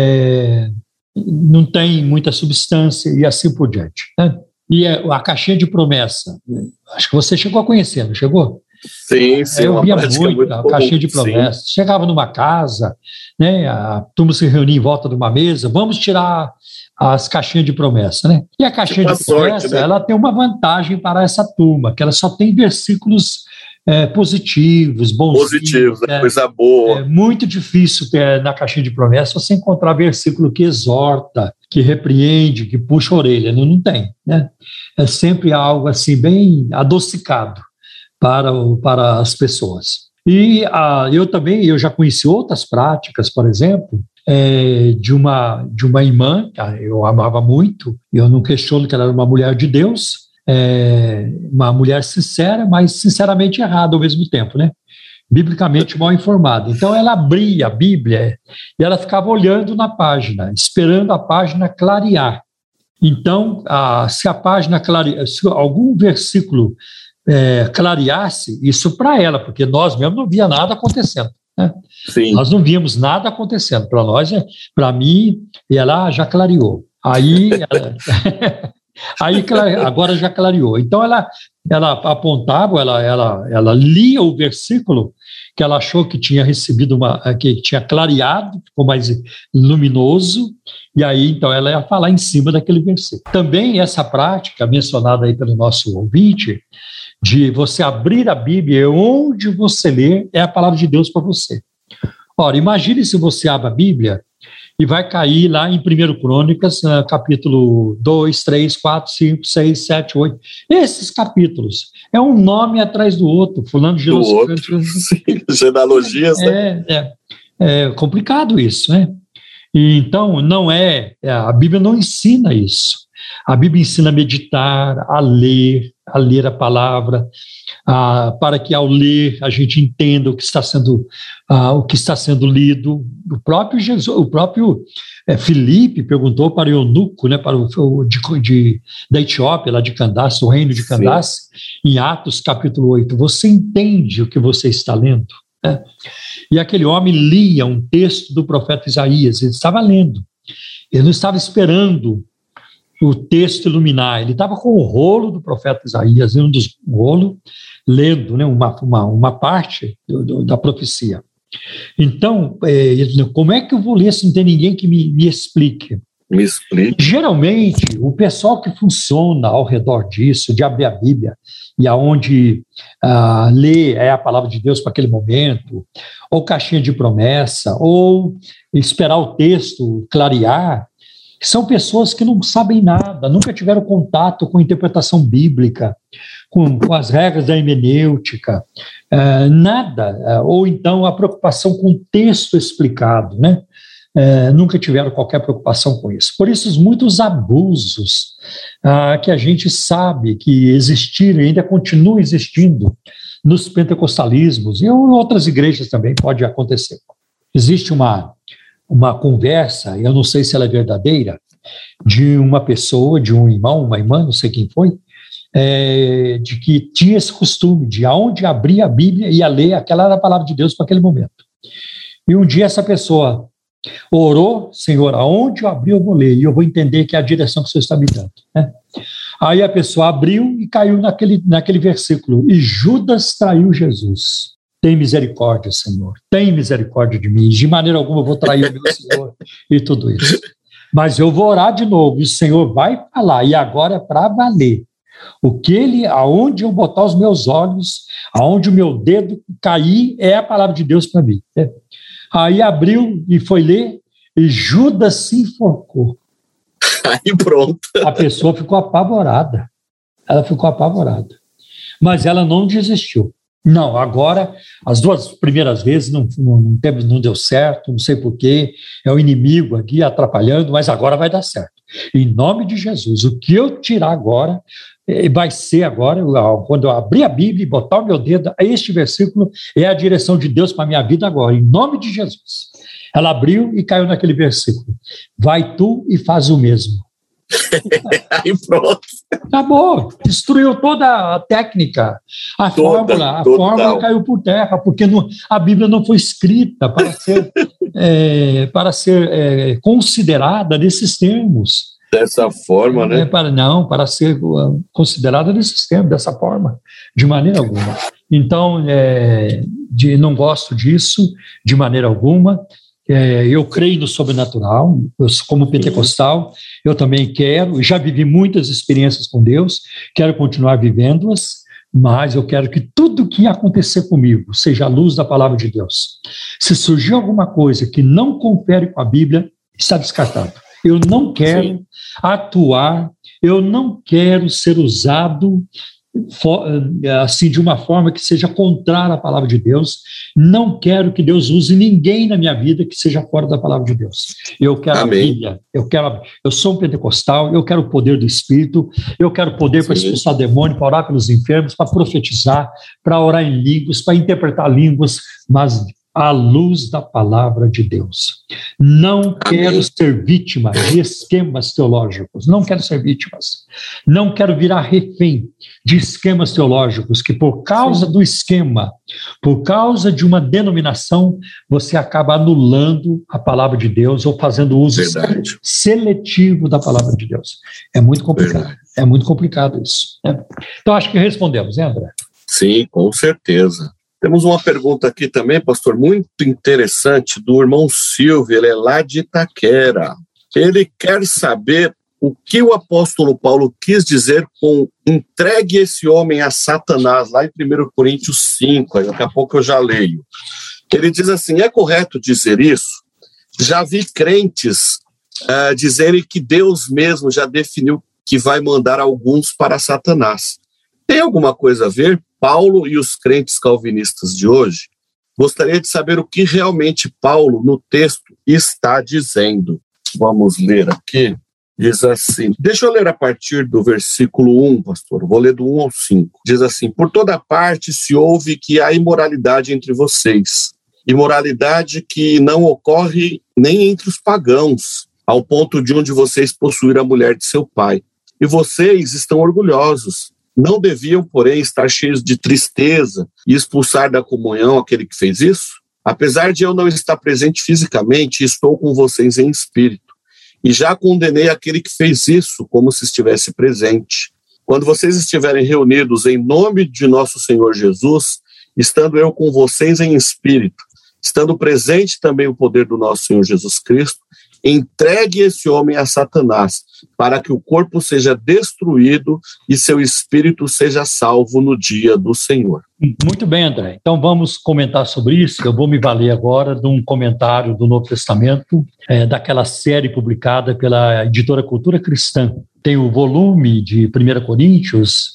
é, não tem muita substância e assim por diante, né? E a caixinha de promessa, acho que você chegou a conhecer, não chegou? Sim, sim. Eu via muito, muito a caixinha de promessa. Sim. Chegava numa casa, né, a turma se reunia em volta de uma mesa, vamos tirar as caixinhas de promessa, né? E a caixinha tipo de promessa, sorte, né? Ela tem uma vantagem para essa turma, que ela só tem versículos É, positivos, bons. Positivos, é, coisa boa. É muito difícil ter, na caixinha de promessa você encontrar versículo que exorta, que repreende, que puxa a orelha. Não, não tem, né? É sempre algo assim bem adocicado para, o, para as pessoas. E ah, eu também, eu já conheci outras práticas, por exemplo, é, de, uma, de uma irmã, que eu amava muito, e eu não questiono que ela era uma mulher de Deus, É uma mulher sincera, mas sinceramente errada ao mesmo tempo, né? Biblicamente mal informada. Então ela abria a Bíblia e ela ficava olhando na página, esperando a página clarear. Então, a, se a página clarear, se algum versículo é, clareasse, isso para ela, porque nós mesmos não via nada acontecendo, né? Sim. Nós não víamos nada acontecendo. Para nós, para mim, ela já clareou. Aí ela... Aí agora já clareou. Então ela, ela apontava, ela, ela, ela lia o versículo que ela achou que tinha recebido uma, que tinha clareado, ficou mais luminoso, e aí então ela ia falar em cima daquele versículo. Também essa prática mencionada aí pelo nosso ouvinte, de você abrir a Bíblia e onde você lê é a palavra de Deus para você. Ora, imagine se você abre a Bíblia e vai cair lá em primeiro Crônicas, capítulo dois, três, quatro, cinco, seis, sete, oito. Esses capítulos. É um nome atrás do outro. Fulano de do outro. Sim, genealogias, é, né? É, é complicado isso, né? E, então, não é... A Bíblia não ensina isso. A Bíblia ensina a meditar, a ler, a ler a palavra, a, para que ao ler a gente entenda o que está sendo, a, o que está sendo lido. O próprio Jesus, o próprio é, Filipe perguntou para o eunuco, né, para o, o de, de, da Etiópia, lá de Candace, do reino de Candace, Sim. em Atos capítulo oito, você entende o que você está lendo? É. E aquele homem lia um texto do profeta Isaías, ele estava lendo, ele não estava esperando o texto iluminar, ele estava com o rolo do profeta Isaías, um dos rolos, lendo, né, uma, uma, uma parte do, do, da profecia. Então, é, como é que eu vou ler se não tem ninguém que me, me explique? Me explique. Geralmente, o pessoal que funciona ao redor disso, de abrir a Bíblia, e aonde ah, ler é a palavra de Deus para aquele momento, ou caixinha de promessa, ou esperar o texto clarear, são pessoas que não sabem nada, nunca tiveram contato com interpretação bíblica, com, com as regras da hermenêutica, uh, nada, uh, ou então a preocupação com o texto explicado, né? Uh, nunca tiveram qualquer preocupação com isso. Por isso, muitos abusos uh, que a gente sabe que existiram e ainda continuam existindo nos pentecostalismos e em outras igrejas também pode acontecer. Existe uma uma conversa, eu não sei se ela é verdadeira, de uma pessoa, de um irmão, uma irmã, não sei quem foi, é, de que tinha esse costume de aonde abria a Bíblia e ia ler, aquela era a palavra de Deus para aquele momento. E um dia essa pessoa orou, Senhor, aonde eu abri eu vou ler, e eu vou entender que é a direção que o Senhor está me dando. Né? Aí a pessoa abriu e caiu naquele, naquele versículo, e Judas traiu Jesus. Tem misericórdia, Senhor, tem misericórdia de mim, de maneira alguma eu vou trair o meu Senhor e tudo isso. Mas eu vou orar de novo, e o Senhor vai falar, e agora é para valer. O que ele, aonde eu botar os meus olhos, aonde o meu dedo cair, é a palavra de Deus para mim. É. Aí abriu e foi ler, e Judas se enforcou. Aí pronto. A pessoa ficou apavorada, ela ficou apavorada, mas ela não desistiu. Não, agora, as duas primeiras vezes não, não, não, teve, não deu certo, não sei porquê, é o inimigo aqui atrapalhando, mas agora vai dar certo. Em nome de Jesus, o que eu tirar agora, vai ser agora, quando eu abrir a Bíblia e botar o meu dedo, este versículo é a direção de Deus para a minha vida agora, em nome de Jesus. Ela abriu e caiu naquele versículo. Vai tu e faz o mesmo. Aí pronto. Acabou, destruiu toda a técnica, a toda, fórmula, a total. fórmula caiu por terra, porque não, a Bíblia não foi escrita para ser, é, para ser é, considerada nesses termos. Dessa forma, né? É, para, não, para ser considerada nesses termos, dessa forma, de maneira alguma. Então, é, de, não gosto disso, de maneira alguma. É, eu creio no sobrenatural, eu, como pentecostal, eu também quero, já vivi muitas experiências com Deus, quero continuar vivendo-as, mas eu quero que tudo que acontecer comigo seja a luz da palavra de Deus. Se surgir alguma coisa que não confere com a Bíblia, está descartado. Eu não quero Sim. atuar, eu não quero ser usado assim, de uma forma que seja contrária à palavra de Deus. Não quero que Deus use ninguém na minha vida que seja fora da palavra de Deus. Eu quero Amém. a Bíblia, eu quero, eu sou um pentecostal, eu quero o poder do Espírito, eu quero poder para expulsar demônio, para orar pelos enfermos, para profetizar, para orar em línguas, para interpretar línguas, mas à luz da palavra de Deus. Não Amém. quero ser vítima de esquemas teológicos, não quero ser vítimas, não quero virar refém de esquemas teológicos, que por causa Sim. do esquema, por causa de uma denominação, você acaba anulando a palavra de Deus ou fazendo uso Verdade. seletivo da palavra de Deus. É muito complicado, Verdade. é muito complicado isso. Né? Então, acho que respondemos, né, André? Sim, com certeza. Temos uma pergunta aqui também, pastor, muito interessante, do irmão Silvio, ele é lá de Itaquera. Ele quer saber o que o apóstolo Paulo quis dizer com entregue esse homem a Satanás, lá em primeiro Coríntios cinco, daqui a pouco eu já leio. Ele diz assim, é correto dizer isso? Já vi crentes uh, dizerem que Deus mesmo já definiu que vai mandar alguns para Satanás. Tem alguma coisa a ver? Paulo e os crentes calvinistas de hoje, gostaria de saber o que realmente Paulo, no texto, está dizendo. Vamos ler aqui. Diz assim, deixa eu ler a partir do versículo um, pastor, vou ler do um ao cinco. Diz assim, por toda parte se ouve que há imoralidade entre vocês, imoralidade que não ocorre nem entre os pagãos, ao ponto de um de vocês possuir a mulher de seu pai. E vocês estão orgulhosos. Não deviam, porém, estar cheios de tristeza e expulsar da comunhão aquele que fez isso? Apesar de eu não estar presente fisicamente, estou com vocês em espírito. E já condenei aquele que fez isso como se estivesse presente. Quando vocês estiverem reunidos em nome de nosso Senhor Jesus, estando eu com vocês em espírito, estando presente também o poder do nosso Senhor Jesus Cristo, entregue esse homem a Satanás, para que o corpo seja destruído e seu espírito seja salvo no dia do Senhor. Muito bem, André. Então vamos comentar sobre isso. Eu vou me valer agora de um comentário do Novo Testamento, é, daquela série publicada pela editora Cultura Cristã. Tem o volume de primeira Coríntios,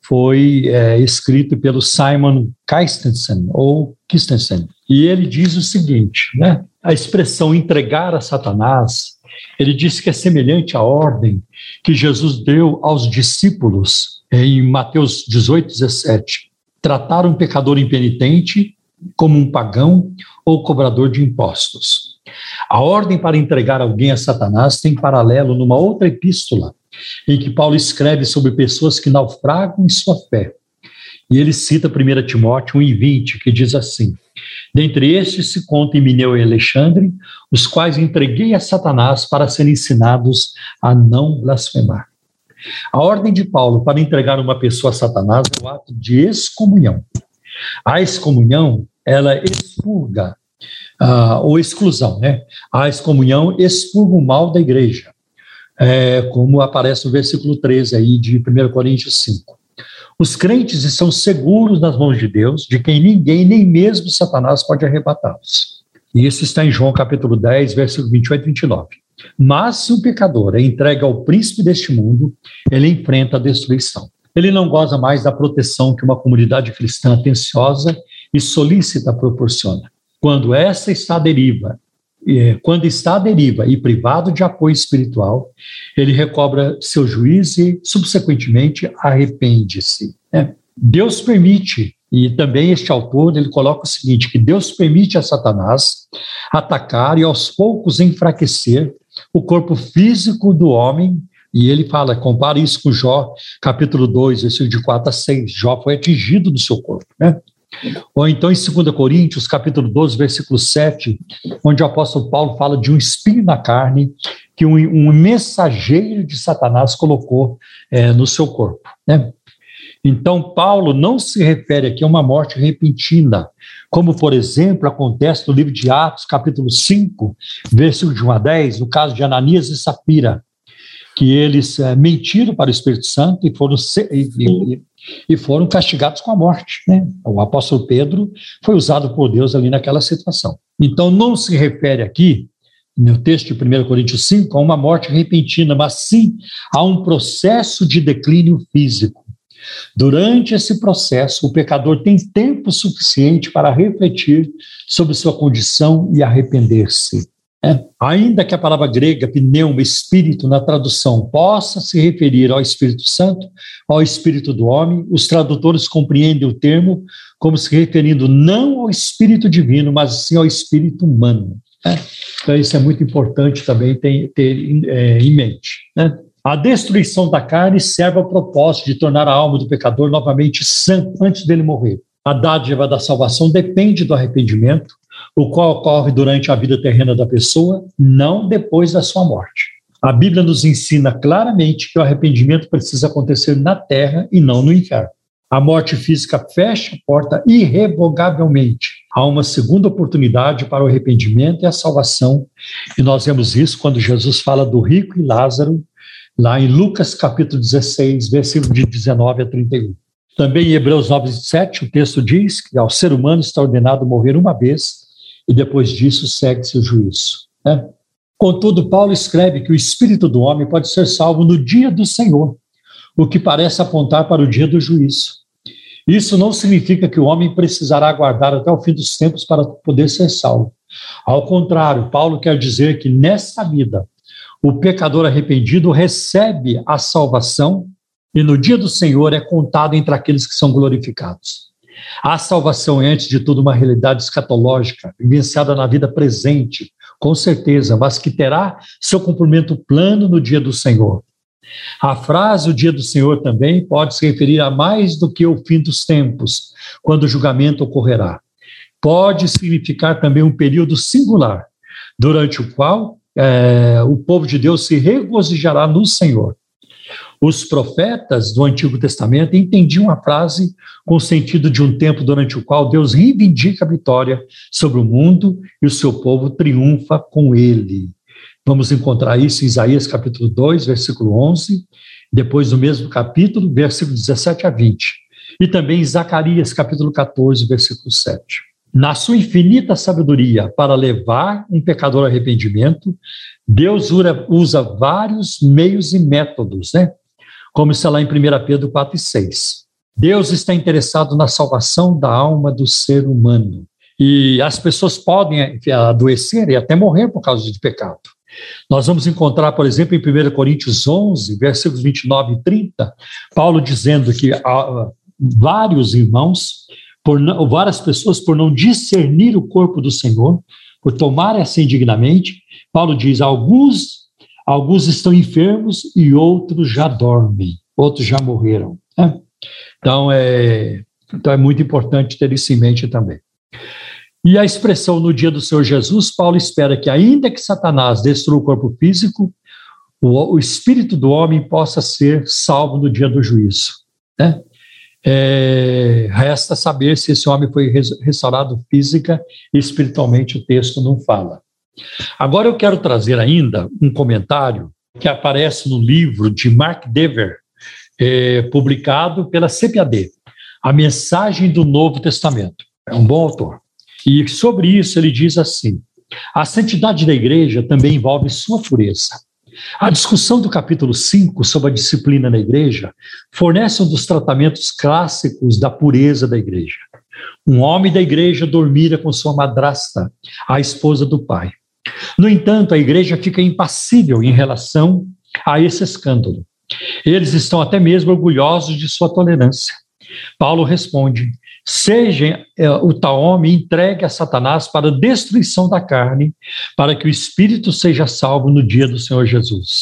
foi é, escrito pelo Simon Christensen, ou Christensen. E ele diz o seguinte, né? A expressão entregar a Satanás, ele diz que é semelhante à ordem que Jesus deu aos discípulos em Mateus dezoito, dezessete. Tratar um pecador impenitente como um pagão ou cobrador de impostos. A ordem para entregar alguém a Satanás tem paralelo numa outra epístola, em que Paulo escreve sobre pessoas que naufragam em sua fé. E ele cita primeira Timóteo um e vinte, que diz assim: dentre estes se conta Himeneu e Alexandre, os quais entreguei a Satanás para serem ensinados a não blasfemar. A ordem de Paulo para entregar uma pessoa a Satanás é o ato de excomunhão. A excomunhão, ela expurga, uh, ou exclusão, né? A excomunhão expurga o mal da igreja, é, como aparece no versículo treze aí de primeira Coríntios cinco. Os crentes estão seguros nas mãos de Deus, de quem ninguém, nem mesmo Satanás, pode arrebatá-los. E isso está em João capítulo dez, versículo vinte e oito e vinte e nove. Mas se o pecador é entregue ao príncipe deste mundo, ele enfrenta a destruição. Ele não goza mais da proteção que uma comunidade cristã atenciosa e solícita proporciona. Quando essa está à deriva, quando está à deriva e privado de apoio espiritual, ele recobra seu juízo e, subsequentemente, arrepende-se. Né? Deus permite, e também este autor ele coloca o seguinte, que Deus permite a Satanás atacar e aos poucos enfraquecer o corpo físico do homem, e ele fala, compara isso com Jó, capítulo dois, versículo de quatro a seis, Jó foi atingido no seu corpo, né? Ou então em segunda Coríntios, capítulo doze, versículo sete, onde o apóstolo Paulo fala de um espinho na carne que um, um mensageiro de Satanás colocou é, no seu corpo, né? Então, Paulo não se refere aqui a uma morte repentina, como, por exemplo, acontece no livro de Atos, capítulo cinco, versículo de um a dez, no caso de Ananias e Safira, que eles é, mentiram para o Espírito Santo e foram, e, e, e foram castigados com a morte, né? O apóstolo Pedro foi usado por Deus ali naquela situação. Então, não se refere aqui, no texto de primeira Coríntios cinco, a uma morte repentina, mas sim a um processo de declínio físico. Durante esse processo, o pecador tem tempo suficiente para refletir sobre sua condição e arrepender-se. É. Ainda que a palavra grega, pneuma, espírito, na tradução, possa se referir ao Espírito Santo, ao espírito do homem, os tradutores compreendem o termo como se referindo não ao espírito divino, mas sim ao espírito humano. É. Então isso é muito importante também ter, ter é, em mente, né? A destruição da carne serve ao propósito de tornar a alma do pecador novamente sã antes dele morrer. A dádiva da salvação depende do arrependimento, o qual ocorre durante a vida terrena da pessoa, não depois da sua morte. A Bíblia nos ensina claramente que o arrependimento precisa acontecer na terra e não no inferno. A morte física fecha a porta irrevogavelmente. Há uma segunda oportunidade para o arrependimento e a salvação, e nós vemos isso quando Jesus fala do rico e Lázaro, lá em Lucas capítulo dezesseis, versículo de dezenove a trinta e um. Também em Hebreus nove, sete, o texto diz que ao ser humano está ordenado morrer uma vez e depois disso segue-se o juízo. Né? Contudo, Paulo escreve que o espírito do homem pode ser salvo no dia do Senhor, o que parece apontar para o dia do juízo. Isso não significa que o homem precisará aguardar até o fim dos tempos para poder ser salvo. Ao contrário, Paulo quer dizer que nessa vida, o pecador arrependido recebe a salvação e no dia do Senhor é contado entre aqueles que são glorificados. A salvação é, antes de tudo, uma realidade escatológica, vivenciada na vida presente, com certeza, mas que terá seu cumprimento plano no dia do Senhor. A frase, o dia do Senhor, também pode se referir a mais do que o fim dos tempos, quando o julgamento ocorrerá. Pode significar também um período singular, durante o qual É, o povo de Deus se regozijará no Senhor. Os profetas do Antigo Testamento entendiam a frase com o sentido de um tempo durante o qual Deus reivindica a vitória sobre o mundo e o seu povo triunfa com ele. Vamos encontrar isso em Isaías capítulo dois, versículo onze, depois do mesmo capítulo, versículo dezessete a vinte, e também em Zacarias capítulo catorze, versículo sete. Na sua infinita sabedoria para levar um pecador ao arrependimento, Deus usa vários meios e métodos, né? Como está lá em primeira Pedro quatro e seis. Deus está interessado na salvação da alma do ser humano. E as pessoas podem adoecer e até morrer por causa de pecado. Nós vamos encontrar, por exemplo, em primeira Coríntios onze, versículos vinte e nove e trinta, Paulo dizendo que há vários irmãos, por não, várias pessoas, por não discernir o corpo do Senhor, por tomar assim indignamente, Paulo diz, alguns, alguns estão enfermos e outros já dormem, outros já morreram. Né? Então, é, então é muito importante ter isso em mente também. E a expressão no dia do Senhor Jesus, Paulo espera que ainda que Satanás destrua o corpo físico, o, o espírito do homem possa ser salvo no dia do juízo. Né? É, resta saber se esse homem foi restaurado física e espiritualmente, o texto não fala. Agora eu quero trazer ainda um comentário que aparece no livro de Mark Dever, é, publicado pela C P A D, A Mensagem do Novo Testamento. É um bom autor. E sobre isso ele diz assim, a santidade da igreja também envolve sua pureza. A discussão do capítulo cinco sobre a disciplina na igreja fornece um dos tratamentos clássicos da pureza da igreja. Um homem da igreja dormira com sua madrasta, a esposa do pai. No entanto, a igreja fica impassível em relação a esse escândalo. Eles estão até mesmo orgulhosos de sua tolerância. Paulo responde, seja o tal homem entregue a Satanás para a destruição da carne, para que o espírito seja salvo no dia do Senhor Jesus.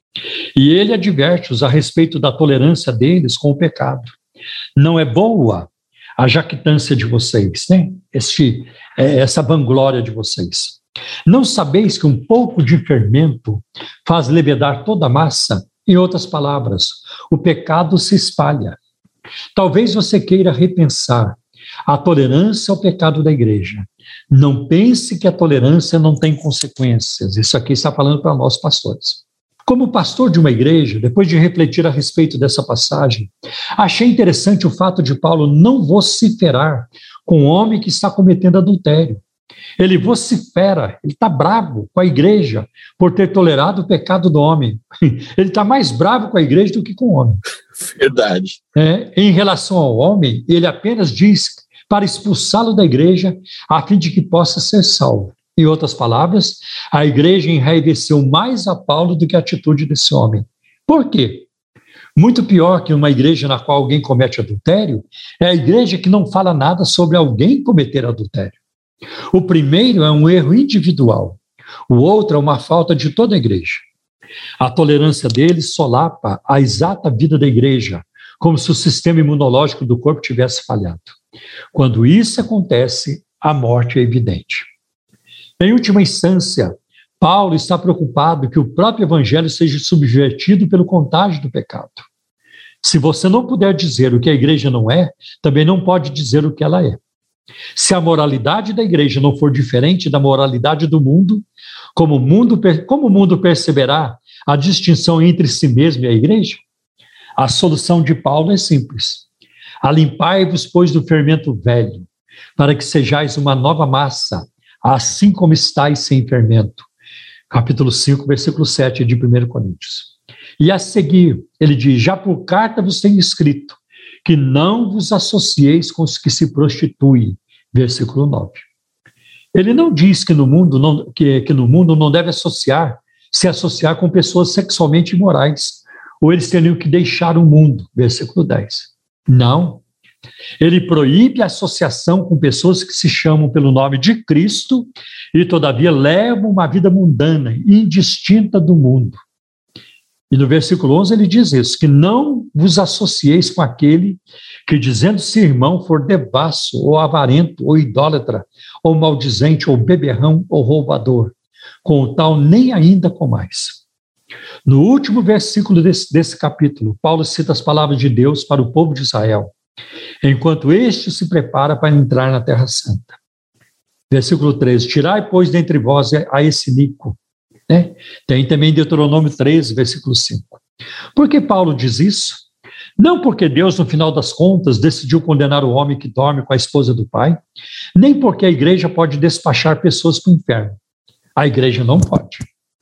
E ele adverte-os a respeito da tolerância deles com o pecado. Não é boa a jactância de vocês, né? Este, essa vanglória de vocês. Não sabeis que um pouco de fermento faz levedar toda a massa? Em outras palavras, o pecado se espalha. Talvez você queira repensar a tolerância ao pecado da igreja. Não pense que a tolerância não tem consequências. Isso aqui está falando para nós pastores. Como pastor de uma igreja, depois de refletir a respeito dessa passagem, achei interessante o fato de Paulo não vociferar com o homem que está cometendo adultério. Ele vocifera, ele está bravo com a igreja por ter tolerado o pecado do homem. Ele está mais bravo com a igreja do que com o homem. Verdade. É, em relação ao homem, ele apenas diz para expulsá-lo da igreja a fim de que possa ser salvo. Em outras palavras, a igreja enraiveceu mais a Paulo do que a atitude desse homem. Por quê? Muito pior que uma igreja na qual alguém comete adultério é a igreja que não fala nada sobre alguém cometer adultério. O primeiro é um erro individual, o outro é uma falta de toda a igreja. A tolerância deles solapa a exata vida da igreja, como se o sistema imunológico do corpo tivesse falhado. Quando isso acontece, a morte é evidente. Em última instância, Paulo está preocupado que o próprio evangelho seja subvertido pelo contágio do pecado. Se você não puder dizer o que a igreja não é, também não pode dizer o que ela é. Se a moralidade da igreja não for diferente da moralidade do mundo, como o mundo, como o mundo perceberá a distinção entre si mesmo e a igreja? A solução de Paulo é simples. Alimpai-vos, pois, do fermento velho, para que sejais uma nova massa, assim como estáis sem fermento. Capítulo cinco, versículo sete de primeira Coríntios. E a seguir, ele diz, já por carta vos tenho escrito, que não vos associeis com os que se prostituem. Versículo nove. Ele não diz que no mundo não, que, que no mundo não deve associar, se associar com pessoas sexualmente imorais, ou eles teriam que deixar o mundo. Versículo dez. Não. Ele proíbe a associação com pessoas que se chamam pelo nome de Cristo e, todavia, levam uma vida mundana, indistinta do mundo. E no versículo onze ele diz isso, que não vos associeis com aquele que, dizendo-se irmão, for devasso, ou avarento, ou idólatra, ou maldizente, ou beberrão, ou roubador. Com o tal, nem ainda comais. No último versículo desse, desse capítulo, Paulo cita as palavras de Deus para o povo de Israel, enquanto este se prepara para entrar na Terra Santa. Versículo treze, tirai, pois, dentre vós a esse iníquo. Né? Tem também Deuteronômio treze, versículo cinco. Por que Paulo diz isso? Não porque Deus, no final das contas, decidiu condenar o homem que dorme com a esposa do pai, nem porque a igreja pode despachar pessoas para o inferno. A igreja não pode.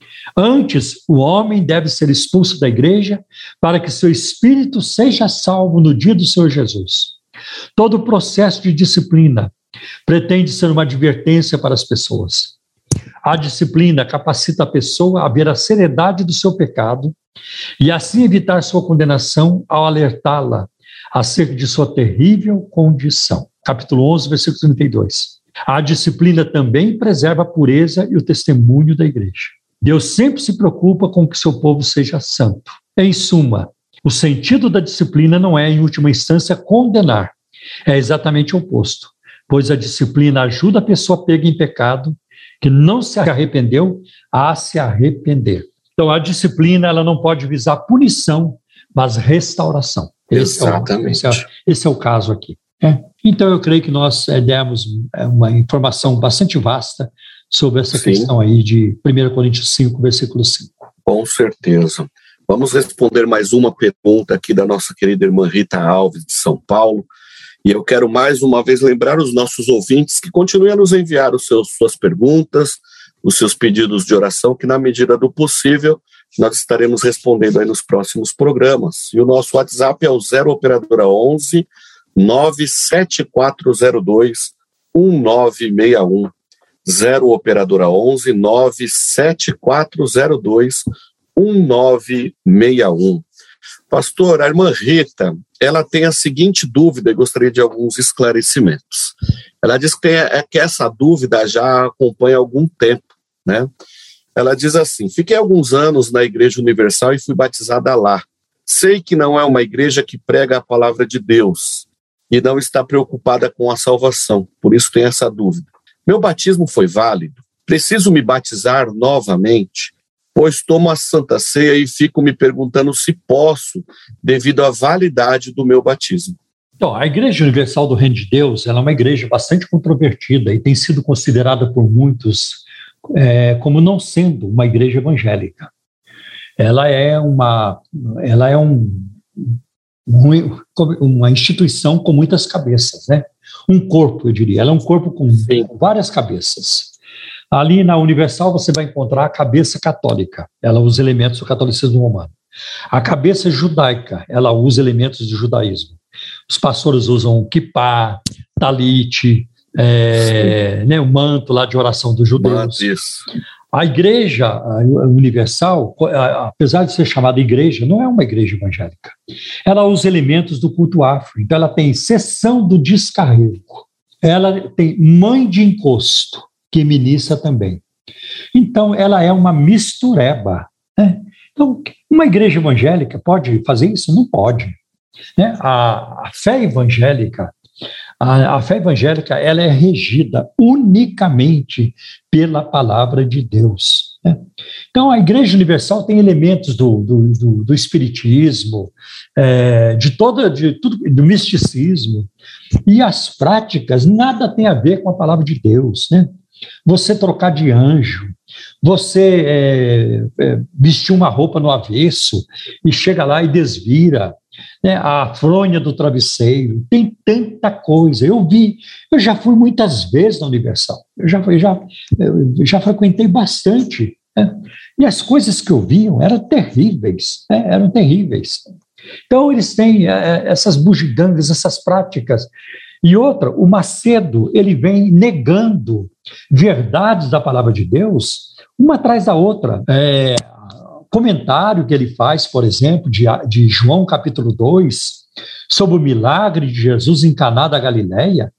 Antes, o homem deve ser expulso da igreja para que seu espírito seja salvo no dia do Senhor Jesus. Todo o processo de disciplina pretende ser uma advertência para as pessoas. A disciplina capacita a pessoa a ver a seriedade do seu pecado e assim evitar sua condenação ao alertá-la acerca de sua terrível condição. Capítulo onze, versículo trinta e dois. A disciplina também preserva a pureza e o testemunho da igreja. Deus sempre se preocupa com que seu povo seja santo. Em suma, o sentido da disciplina não é, em última instância, condenar. É exatamente o oposto, pois a disciplina ajuda a pessoa pega em pecado, que não se arrependeu, a se arrepender. Então, a disciplina ela não pode visar punição, mas restauração. Esse Exatamente. É o, esse, é, esse é o caso aqui. É. Então, eu creio que nós é, demos uma informação bastante vasta sobre essa Sim. questão aí de primeira Coríntios cinco, versículo cinco. Com certeza. Vamos responder mais uma pergunta aqui da nossa querida irmã Rita Alves, de São Paulo. E eu quero mais uma vez lembrar os nossos ouvintes que continuem a nos enviar os seus, suas perguntas, os seus pedidos de oração, que na medida do possível nós estaremos respondendo aí nos próximos programas. E o nosso WhatsApp é o zero operadora onze, nove sete quatro zero dois, um nove seis um. zero operadora onze, nove sete quatro zero dois, um nove seis um. Pastor, a irmã Rita, ela tem a seguinte dúvida e gostaria de alguns esclarecimentos. Ela diz que, tem, é, que essa dúvida já acompanha há algum tempo, né? Ela diz assim, fiquei alguns anos na Igreja Universal e fui batizada lá. Sei que não é uma igreja que prega a palavra de Deus e não está preocupada com a salvação, por isso tem essa dúvida. Meu batismo foi válido? Preciso me batizar novamente? Pois tomo a Santa Ceia e fico me perguntando se posso, devido à validade do meu batismo. Então, a Igreja Universal do Reino de Deus ela é uma igreja bastante controvertida e tem sido considerada por muitos é, como não sendo uma igreja evangélica. Ela é uma, ela é um, um, uma instituição com muitas cabeças, né? Um corpo, eu diria. Ela é um corpo com, com várias cabeças. Ali na Universal você vai encontrar a cabeça católica, ela usa elementos do catolicismo romano. A cabeça judaica, ela usa elementos do judaísmo. Os pastores usam kippá, talite, é, né, o manto lá de oração dos judeus. Isso. A igreja universal, apesar de ser chamada igreja, não é uma igreja evangélica. Ela usa elementos do culto afro, então ela tem sessão do descarrego, ela tem mãe de encosto, que ministra também. Então, ela é uma mistureba. Né? Então, uma igreja evangélica pode fazer isso? Não pode. Né? A, a fé evangélica, a, a fé evangélica, ela é regida unicamente pela palavra de Deus. Né? Então, a Igreja Universal tem elementos do, do, do, do espiritismo, é, de todo, de tudo, do misticismo, e as práticas nada tem a ver com a palavra de Deus, né? Você trocar de anjo, você é, é, vestir uma roupa no avesso e chega lá e desvira, né, a fronha do travesseiro, tem tanta coisa. Eu vi, eu já fui muitas vezes na Universal, eu já, eu já, eu já frequentei bastante, né, e as coisas que eu vi eram terríveis, né, eram terríveis. Então eles têm é, essas bugigangas, essas práticas. E outra, o Macedo, ele vem negando verdades da palavra de Deus, uma atrás da outra. É, comentário que ele faz, por exemplo, de, de João capítulo dois, sobre o milagre de Jesus em Caná da Galileia,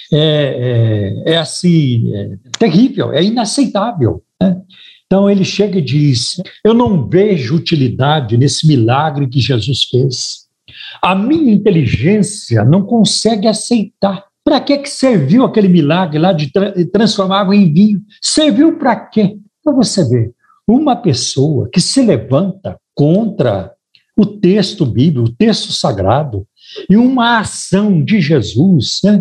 é, é, é assim, é terrível, é inaceitável, né? Então ele chega e diz, eu não vejo utilidade nesse milagre que Jesus fez. A minha inteligência não consegue aceitar. Para que que serviu aquele milagre lá de tra- transformar água em vinho? Serviu para quê? Para você ver. uma pessoa que se levanta contra o texto bíblico, o texto sagrado, e uma ação de Jesus, né?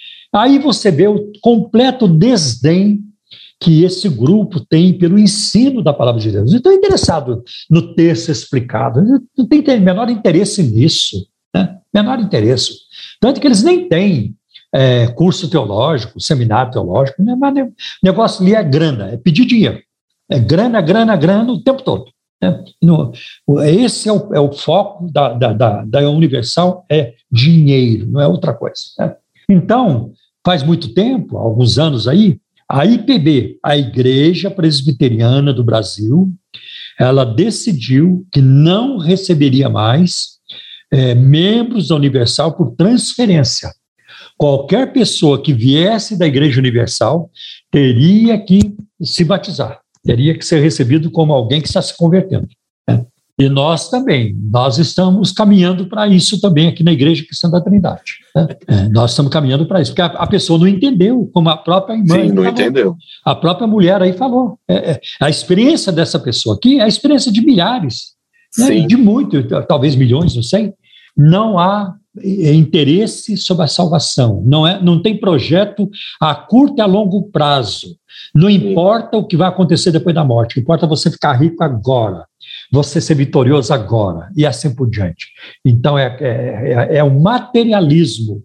Aí você vê o completo desdém que esse grupo tem pelo ensino da palavra de Deus. Não estou interessado no texto explicado, não tem menor interesse nisso, né? Menor interesse. Tanto que eles nem têm é, curso teológico, seminário teológico, né? Mas o negócio ali é grana, é pedir dinheiro. É grana, grana, grana o tempo todo. Né? No, esse é o, é o foco da, da, da, da Universal, é dinheiro, não é outra coisa. Né? Então, faz muito tempo, alguns anos aí, a I P B, a Igreja Presbiteriana do Brasil, ela decidiu que não receberia mais é, membros da Universal por transferência. Qualquer pessoa que viesse da Igreja Universal teria que se batizar, teria que ser recebido como alguém que está se convertendo. Né? E nós também, nós estamos caminhando para isso também aqui na Igreja Cristã da Trindade. Né? É, nós estamos caminhando para isso, porque a, a pessoa não entendeu, como a própria irmã Sim, não falou. entendeu. A própria mulher aí falou. É, é, a experiência dessa pessoa aqui é a experiência de milhares, né? De muito, talvez milhões, não sei. Não há interesse sobre a salvação, não, é, não tem projeto a curto e a longo prazo. Não importa o que vai acontecer depois da morte, importa você ficar rico agora, você ser vitorioso agora, e assim por diante. Então, é, é, é um materialismo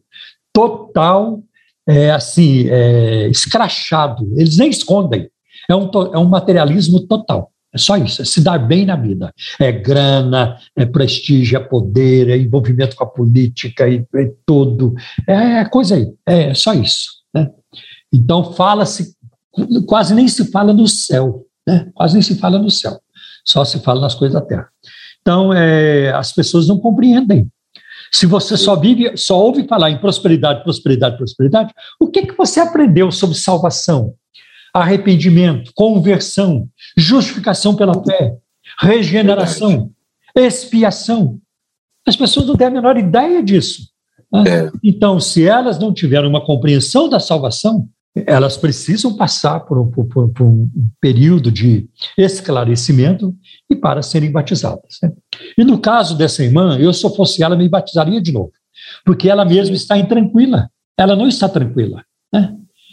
total, é, assim, é, escrachado, eles nem escondem, é um, é um materialismo total. É só isso, é se dar bem na vida. É grana, é prestígio, é poder, é envolvimento com a política, e é tudo. É coisa aí, é só isso. Né? Então, fala-se, quase nem se fala no céu, né? Quase nem se fala no céu, só se fala nas coisas da terra. Então, é, as pessoas não compreendem. Se você só vive, só ouve falar em prosperidade, prosperidade, prosperidade, o que, que você aprendeu sobre salvação? Arrependimento, conversão, justificação pela fé, regeneração, expiação. As pessoas não têm a menor ideia disso. Né? É. Então, se elas não tiverem uma compreensão da salvação, elas precisam passar por um, por, por um período de esclarecimento e para serem batizadas. Né? E no caso dessa irmã, eu, se eu fosse ela, me batizaria de novo, porque ela mesma está intranquila. Ela não está tranquila, né?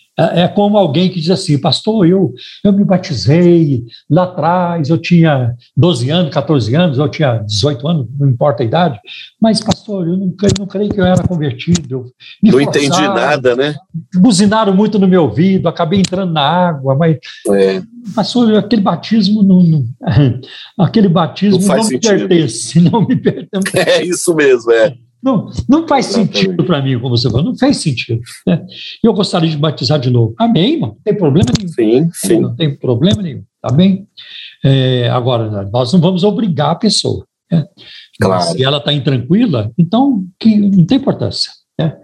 É como alguém que diz assim, pastor, eu, eu me batizei lá atrás, eu tinha doze anos, catorze anos, eu tinha dezoito anos, não importa a idade, mas, pastor, eu não, eu não creio que eu era convertido. Me não forçaram, entendi nada, né? Buzinaram muito no meu ouvido, acabei entrando na água, mas, é. pastor, aquele batismo não, não aquele batismo não, não me pertence, não me pertence. É isso mesmo, é. Não, não faz sentido para mim, como você falou, não faz sentido. Né? Eu gostaria de batizar de novo. Amém, irmão? Não tem problema nenhum. Sim, sim. Não tem problema nenhum, tá bem? É, agora, nós não vamos obrigar a pessoa. Né? Claro. Se ela está intranquila, então que, não tem importância. Né?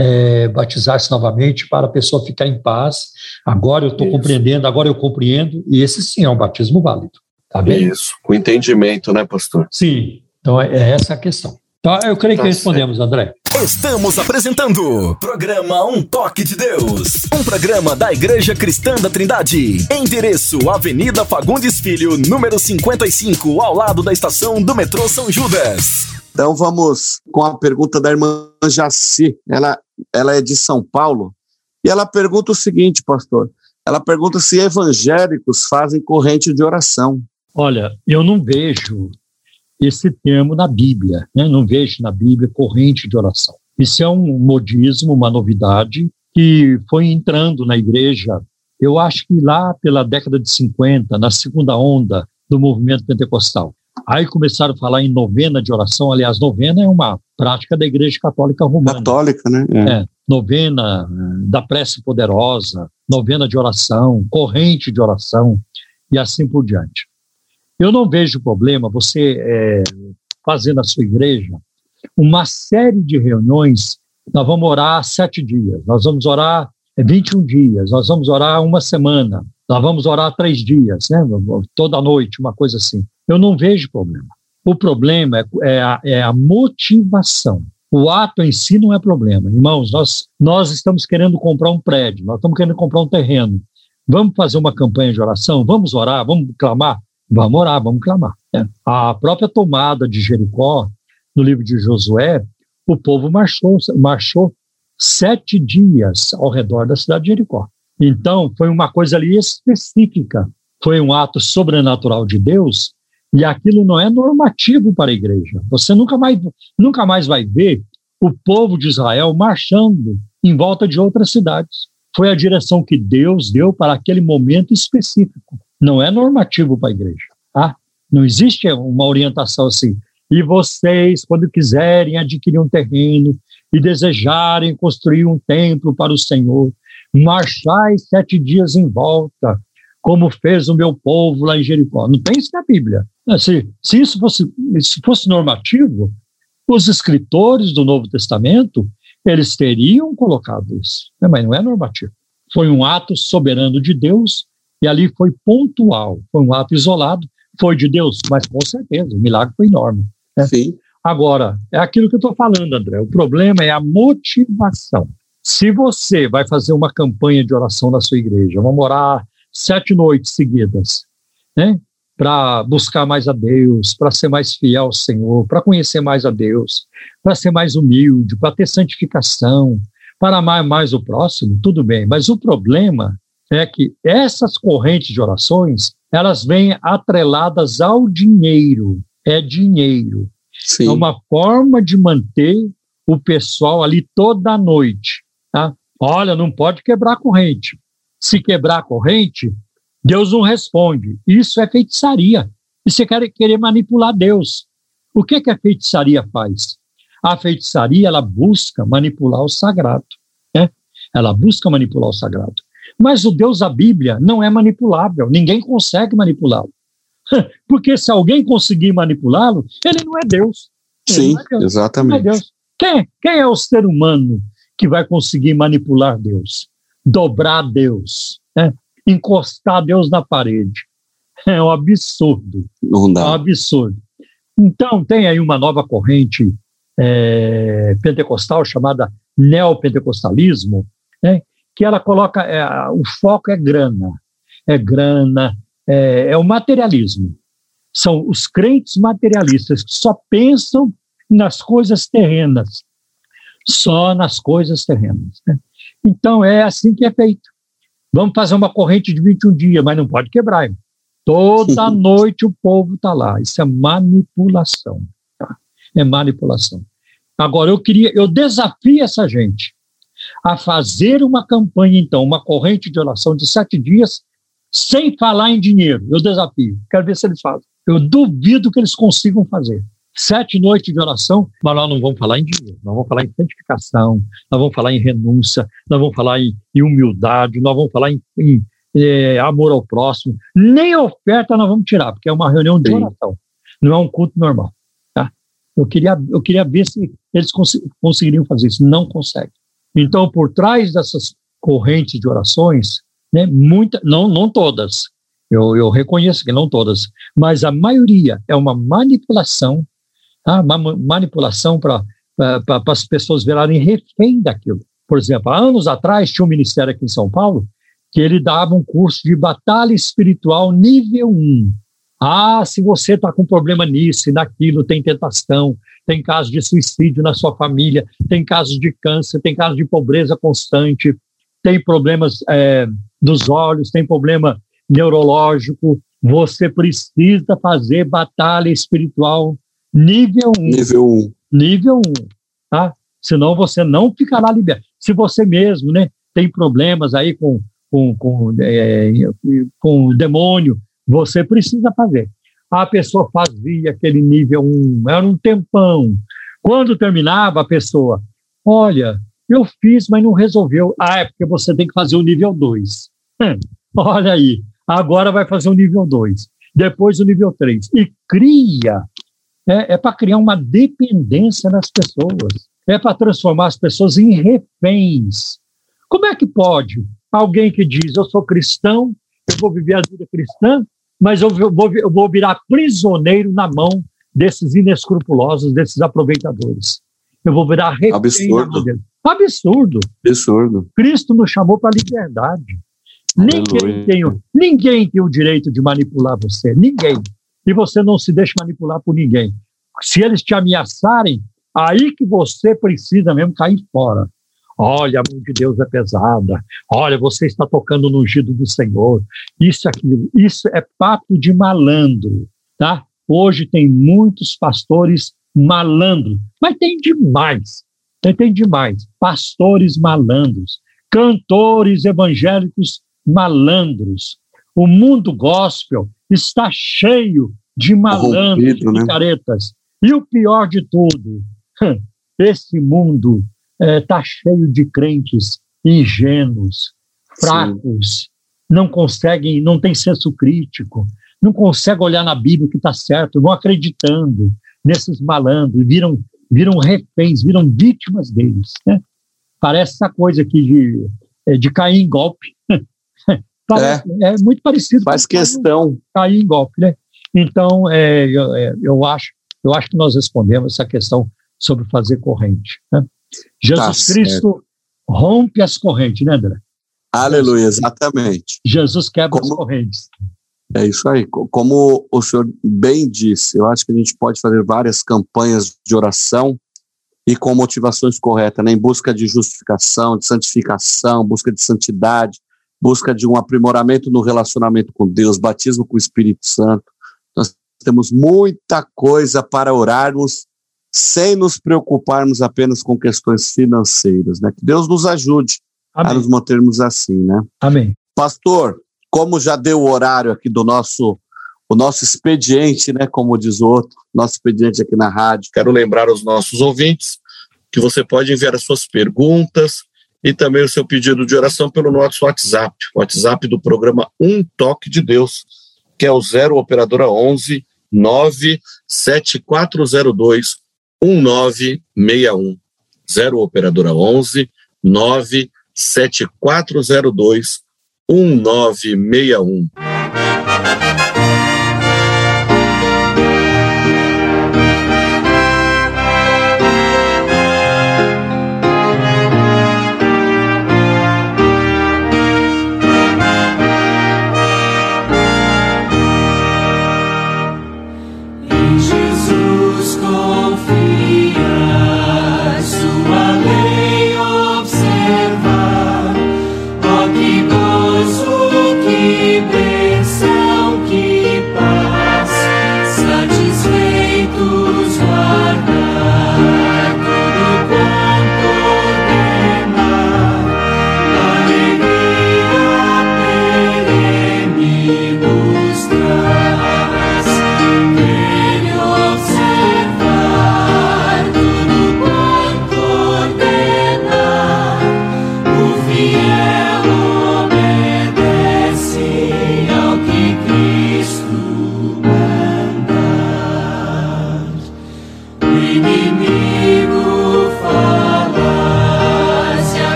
É, batizar-se novamente para a pessoa ficar em paz. Agora eu estou compreendendo, agora eu compreendo, e esse sim é um batismo válido. Tá bem? Isso, com entendimento, né, pastor? Sim, então é, é essa a questão. Então, eu creio que tá respondemos, certo. André. Estamos apresentando programa Um Toque de Deus, um programa da Igreja Cristã da Trindade, endereço Avenida Fagundes Filho, número cinquenta e cinco, ao lado da estação do metrô São Judas. Então vamos com a pergunta da irmã Jaci, ela, ela é de São Paulo, e ela pergunta o seguinte, pastor, ela pergunta se evangélicos fazem corrente de oração. Olha, eu não vejo esse termo na Bíblia, né? Não vejo na Bíblia corrente de oração. Isso é um modismo, uma novidade que foi entrando na igreja, eu acho que lá pela década de cinquenta, na segunda onda do movimento pentecostal. Aí começaram a falar em novena de oração, aliás, novena é uma prática da Igreja Católica Romana. Católica, né? É. É, novena da prece poderosa, novena de oração, corrente de oração e assim por diante. Eu não vejo problema você é, fazer na sua igreja uma série de reuniões. Nós vamos orar sete dias, nós vamos orar vinte e um dias, nós vamos orar uma semana, nós vamos orar três dias, né? Toda noite, uma coisa assim. Eu não vejo problema. O problema é, é, a, é a motivação. O ato em si não é problema. Irmãos, nós, nós estamos querendo comprar um prédio, nós estamos querendo comprar um terreno. Vamos fazer uma campanha de oração? Vamos orar? Vamos clamar? Vamos orar, vamos clamar. É. A própria tomada de Jericó, no livro de Josué, o povo marchou, marchou sete dias ao redor da cidade de Jericó. Então, foi uma coisa ali específica, foi um ato sobrenatural de Deus, e aquilo não é normativo para a igreja. Você nunca mais, nunca mais vai ver o povo de Israel marchando em volta de outras cidades. Foi a direção que Deus deu para aquele momento específico. Não é normativo para a igreja. Tá? Não existe uma orientação assim. E vocês, quando quiserem adquirir um terreno e desejarem construir um templo para o Senhor, marchai sete dias em volta, como fez o meu povo lá em Jericó. Não tem isso na Bíblia. Se, se isso fosse, se fosse normativo, os escritores do Novo Testamento, eles teriam colocado isso. Mas não é normativo. Foi um ato soberano de Deus e ali foi pontual. Foi um ato isolado. Foi de Deus, mas com certeza, o milagre foi enorme. Né? Sim. Agora, é aquilo que eu estou falando, André. O problema é a motivação. Se você vai fazer uma campanha de oração na sua igreja, vamos orar sete noites seguidas, né? Para buscar mais a Deus, para ser mais fiel ao Senhor, para conhecer mais a Deus, para ser mais humilde, para ter santificação, para amar mais o próximo, tudo bem. Mas o problema é que essas correntes de orações, elas vêm atreladas ao dinheiro. É dinheiro. Sim. É uma forma de manter o pessoal ali toda a noite. Tá? Olha, não pode quebrar a corrente. Se quebrar a corrente, Deus não responde. Isso é feitiçaria. E você quer querer manipular Deus. O que, que a feitiçaria faz? A feitiçaria, ela busca manipular o sagrado. Né? Ela busca manipular o sagrado. Mas o Deus da Bíblia não é manipulável. Ninguém consegue manipulá-lo. Porque se alguém conseguir manipulá-lo, ele não é Deus. Sim, não é Deus. exatamente. Não é Deus. Quem, quem é o ser humano que vai conseguir manipular Deus? Dobrar Deus, né? Encostar Deus na parede. É um absurdo. Não dá. É um absurdo. Então, tem aí uma nova corrente é, pentecostal chamada neopentecostalismo, né? Que ela coloca, é, o foco é grana. É grana, é, é o materialismo. São os crentes materialistas que só pensam nas coisas terrenas. Só nas coisas terrenas. Né? Então, é assim que é feito. Vamos fazer uma corrente de vinte e um dias, mas não pode quebrar. Hein? Toda noite o povo está lá. Isso é manipulação. Tá? É manipulação. Agora, eu queria, eu desafio essa gente a fazer uma campanha, então, uma corrente de oração de sete dias, sem falar em dinheiro. Eu desafio. Quero ver se eles fazem. Eu duvido que eles consigam fazer. Sete noites de oração, mas nós não vamos falar em dinheiro, nós vamos falar em santificação, nós vamos falar em renúncia, nós vamos falar em, em humildade, nós vamos falar em, em é, amor ao próximo. Nem a oferta nós vamos tirar, porque é uma reunião de oração, não é um culto normal. Tá? Eu, queria, eu queria ver se eles cons- conseguiriam fazer isso, não conseguem. Então, por trás dessas correntes de orações, né, muita, não, não todas, eu, eu reconheço que não todas, mas a maioria é uma manipulação. Ah, uma manipulação para pra, as pessoas virarem refém daquilo. Por exemplo, há anos atrás tinha um ministério aqui em São Paulo que ele dava um curso de batalha espiritual nível um. Ah, se você está com problema nisso e naquilo, tem tentação, tem casos de suicídio na sua família, tem casos de câncer, tem casos de pobreza constante, tem problemas é, dos olhos, tem problema neurológico, você precisa fazer batalha espiritual nível um. Nível um. Nível um, tá? Senão você não ficará liberto. Se você mesmo, né, tem problemas aí com, com, com, é, com o demônio, você precisa fazer. A pessoa fazia aquele nível um, era um tempão. Quando terminava, a pessoa, olha, eu fiz, mas não resolveu. Ah, é porque você tem que fazer o nível dois. Hum, olha aí, agora vai fazer o nível dois. Depois o nível três. E cria... É, é para criar uma dependência nas pessoas. É para transformar as pessoas em reféns. Como é que pode alguém que diz, eu sou cristão, eu vou viver a vida cristã, mas eu vou, eu vou virar prisioneiro na mão desses inescrupulosos, desses aproveitadores. Eu vou virar refém Absurdo. na mão deles. Absurdo. Absurdo. Cristo nos chamou para a liberdade. Ninguém tem, ninguém tem o direito de manipular você, ninguém. E você não se deixa manipular por ninguém. Se eles te ameaçarem, aí que você precisa mesmo cair fora. Olha, a mão de Deus é pesada. Olha, você está tocando no ungido do Senhor. Isso, aquilo. Isso é papo de malandro, tá? Hoje tem muitos pastores malandros, mas tem demais. Tem, tem demais. Pastores malandros, cantores evangélicos malandros. O mundo gospel está cheio de malandros, de picaretas. Né? E o pior de tudo, esse mundo está é, cheio de crentes ingênuos, fracos, Sim. não conseguem, não tem senso crítico, não conseguem olhar na Bíblia o que está certo, vão acreditando nesses malandros, viram, viram reféns, viram vítimas deles. Né? Parece essa coisa aqui de, de cair em golpe. Parece, é, é muito parecido. Faz com questão. Cair em golpe, né? Então, é, eu, é, eu, acho, eu acho que nós respondemos essa questão sobre fazer corrente. Né? Jesus tá Cristo certo. Rompe as correntes, né, André? Aleluia, exatamente. Jesus quebra Como, as correntes. É isso aí. Como o senhor bem disse, eu acho que a gente pode fazer várias campanhas de oração e com motivações corretas, né, em busca de justificação, de santificação, busca de santidade, busca de um aprimoramento no relacionamento com Deus, batismo com o Espírito Santo. Nós temos muita coisa para orarmos sem nos preocuparmos apenas com questões financeiras, né? Que Deus nos ajude Amém. A nos mantermos assim, né? Amém. Pastor, como já deu o horário aqui do nosso, o nosso expediente, né? Como diz o outro, nosso expediente aqui na rádio. Quero lembrar aos nossos ouvintes que você pode enviar as suas perguntas e também o seu pedido de oração pelo nosso WhatsApp, o WhatsApp do programa Um Toque de Deus, que é o zero operadora onze nove sete quatro zero dois um nove seis um. zero operadora onze nove sete quatro zero dois um nove seis um. Que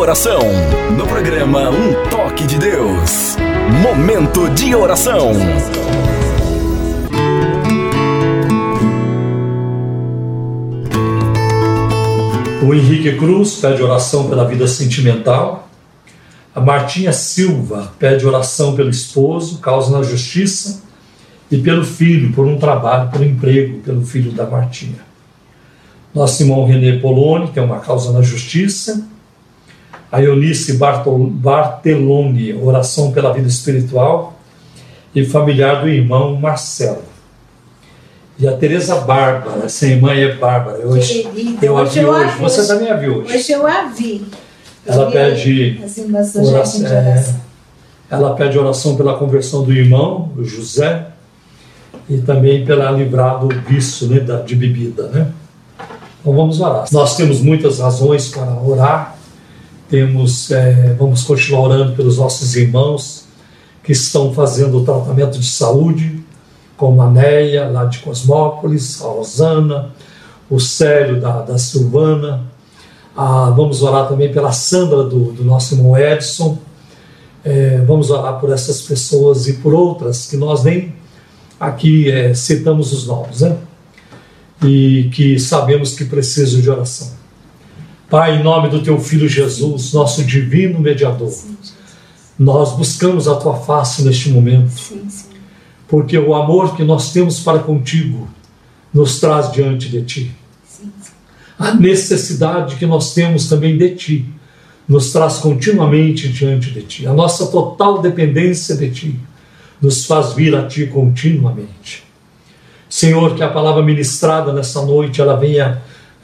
oração. No programa Um Toque de Deus. Momento de oração. O Henrique Cruz pede oração pela vida sentimental. A Martinha Silva pede oração pelo esposo, causa na justiça, e pelo filho, por um trabalho, por um emprego, pelo filho da Martinha. Nosso irmão René Poloni tem uma causa na justiça. A Eunice Bartol- Bartelloni, oração pela vida espiritual e familiar do irmão Marcelo. E a Tereza Bárbara, essa irmã é Bárbara. Eu, Querida, eu a hoje vi eu hoje. a vi. Você também a viu hoje. Hoje eu a vi. Ela Eu pede vi as irmãs do oração, Jardim de Oração. é, ela pede oração pela conversão do irmão, o José, e também pela livrar do vício, né, da, de bebida, né? Então vamos orar. Nós temos muitas razões para orar. Temos, é, vamos continuar orando pelos nossos irmãos que estão fazendo o tratamento de saúde, como a Neia, lá de Cosmópolis, a Rosana, o Célio da, da Silvana. Ah, vamos orar também pela Sandra do, do nosso irmão Edson. É, vamos orar por essas pessoas e por outras que nós nem aqui é, citamos os nomes, né? E que sabemos que precisam de oração. Pai, em nome do Teu Filho Jesus, nosso divino mediador, sim, nós buscamos a Tua face neste momento, sim, sim. Porque o amor que nós temos para contigo nos traz diante de Ti. Sim, sim. A necessidade que nós temos também de Ti nos traz continuamente diante de Ti. A nossa total dependência de Ti nos faz vir a Ti continuamente. Senhor, que a palavra ministrada nessa noite, ela venha,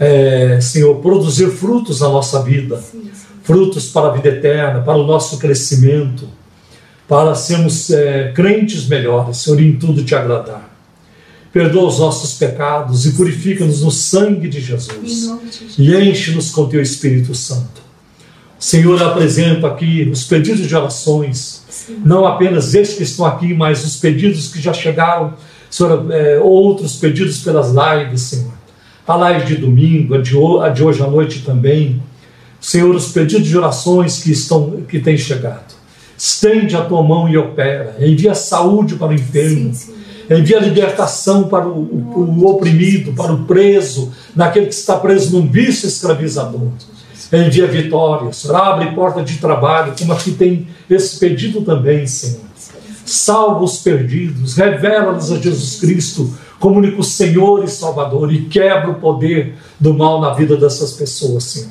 é, Senhor, produzir frutos na nossa vida, sim, sim. Frutos para a vida eterna, para o nosso crescimento, para sermos é, crentes melhores, Senhor, em tudo Te agradar. Perdoa os nossos pecados e purifica-nos no sangue de Jesus, de Jesus. E enche-nos com Teu Espírito Santo. Senhor, eu apresento aqui os pedidos de orações, sim. Não apenas estes que estão aqui, mas os pedidos que já chegaram, Senhor, é, outros pedidos pelas lives, Senhor. A live de domingo, a de, a de hoje à noite também. Senhor, os pedidos de orações que, estão, que têm chegado. Estende a Tua mão e opera. Envia saúde para o enfermo. Sim, sim. Envia libertação para o, o, o oprimido, para o preso, naquele que está preso num vício escravizador. Envia vitória, Senhor. Abre porta de trabalho, como aqui tem esse pedido também, Senhor. Salva os perdidos, revela-nos a Jesus Cristo como único Senhor e Salvador e quebra o poder do mal na vida dessas pessoas, Senhor.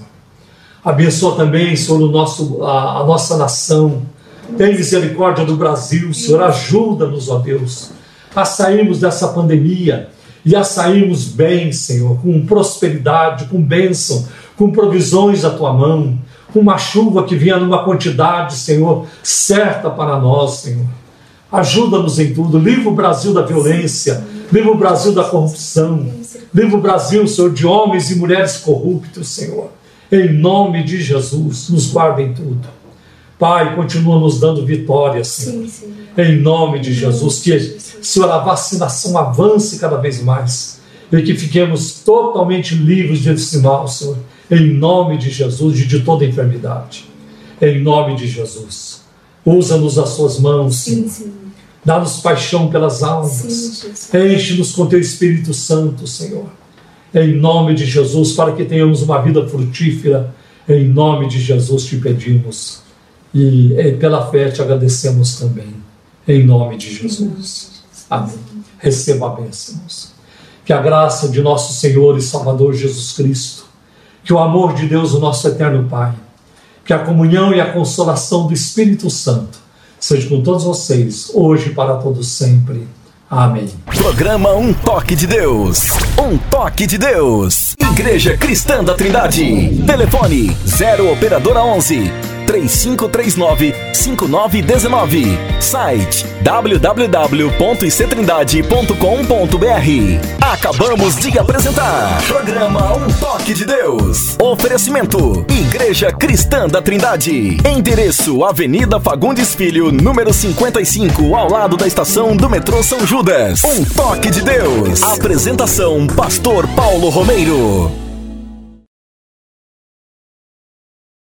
Abençoa também, Senhor, o nosso, a, a nossa nação. Tem misericórdia do Brasil, Senhor. Ajuda-nos, ó Deus, a sairmos dessa pandemia e a sairmos bem, Senhor, com prosperidade, com bênção, com provisões da Tua mão, com uma chuva que venha numa quantidade, Senhor, certa para nós, Senhor. Ajuda-nos em tudo. Livra o Brasil da violência, livra o Brasil da corrupção, livra o Brasil, Senhor, de homens e mulheres corruptos, Senhor. Em nome de Jesus, nos guarda em tudo. Pai, continua nos dando vitória, Senhor. Sim, sim. Em nome de Jesus, que, Senhor, a vacinação avance cada vez mais e que fiquemos totalmente livres desse mal, Senhor. Em nome de Jesus e de toda enfermidade. Em nome de Jesus. Usa-nos as Suas mãos, Senhor. Sim, sim. Dá-nos paixão pelas almas. Enche-nos com Teu Espírito Santo, Senhor. Em nome de Jesus, para que tenhamos uma vida frutífera. Em nome de Jesus te pedimos. E pela fé te agradecemos também. Em nome de Jesus. Amém. Receba a bênção. Que a graça de nosso Senhor e Salvador Jesus Cristo, que o amor de Deus, o nosso eterno Pai, que a comunhão e a consolação do Espírito Santo seja com todos vocês, hoje e para todos sempre. Amém. Programa Um Toque de Deus. Um Toque de Deus. Igreja Cristã da Trindade. Telefone zero operadora onze, três cinco três nove, cinco nove um nove. Site w w w ponto i c trindade ponto com ponto b r. Acabamos de apresentar Programa Um Toque de Deus. Oferecimento Igreja Cristã da Trindade. Endereço Avenida Fagundes Filho, número cinquenta e cinco, ao lado da estação do metrô São Judas. Um Toque de Deus. Apresentação Pastor Paulo Romeiro.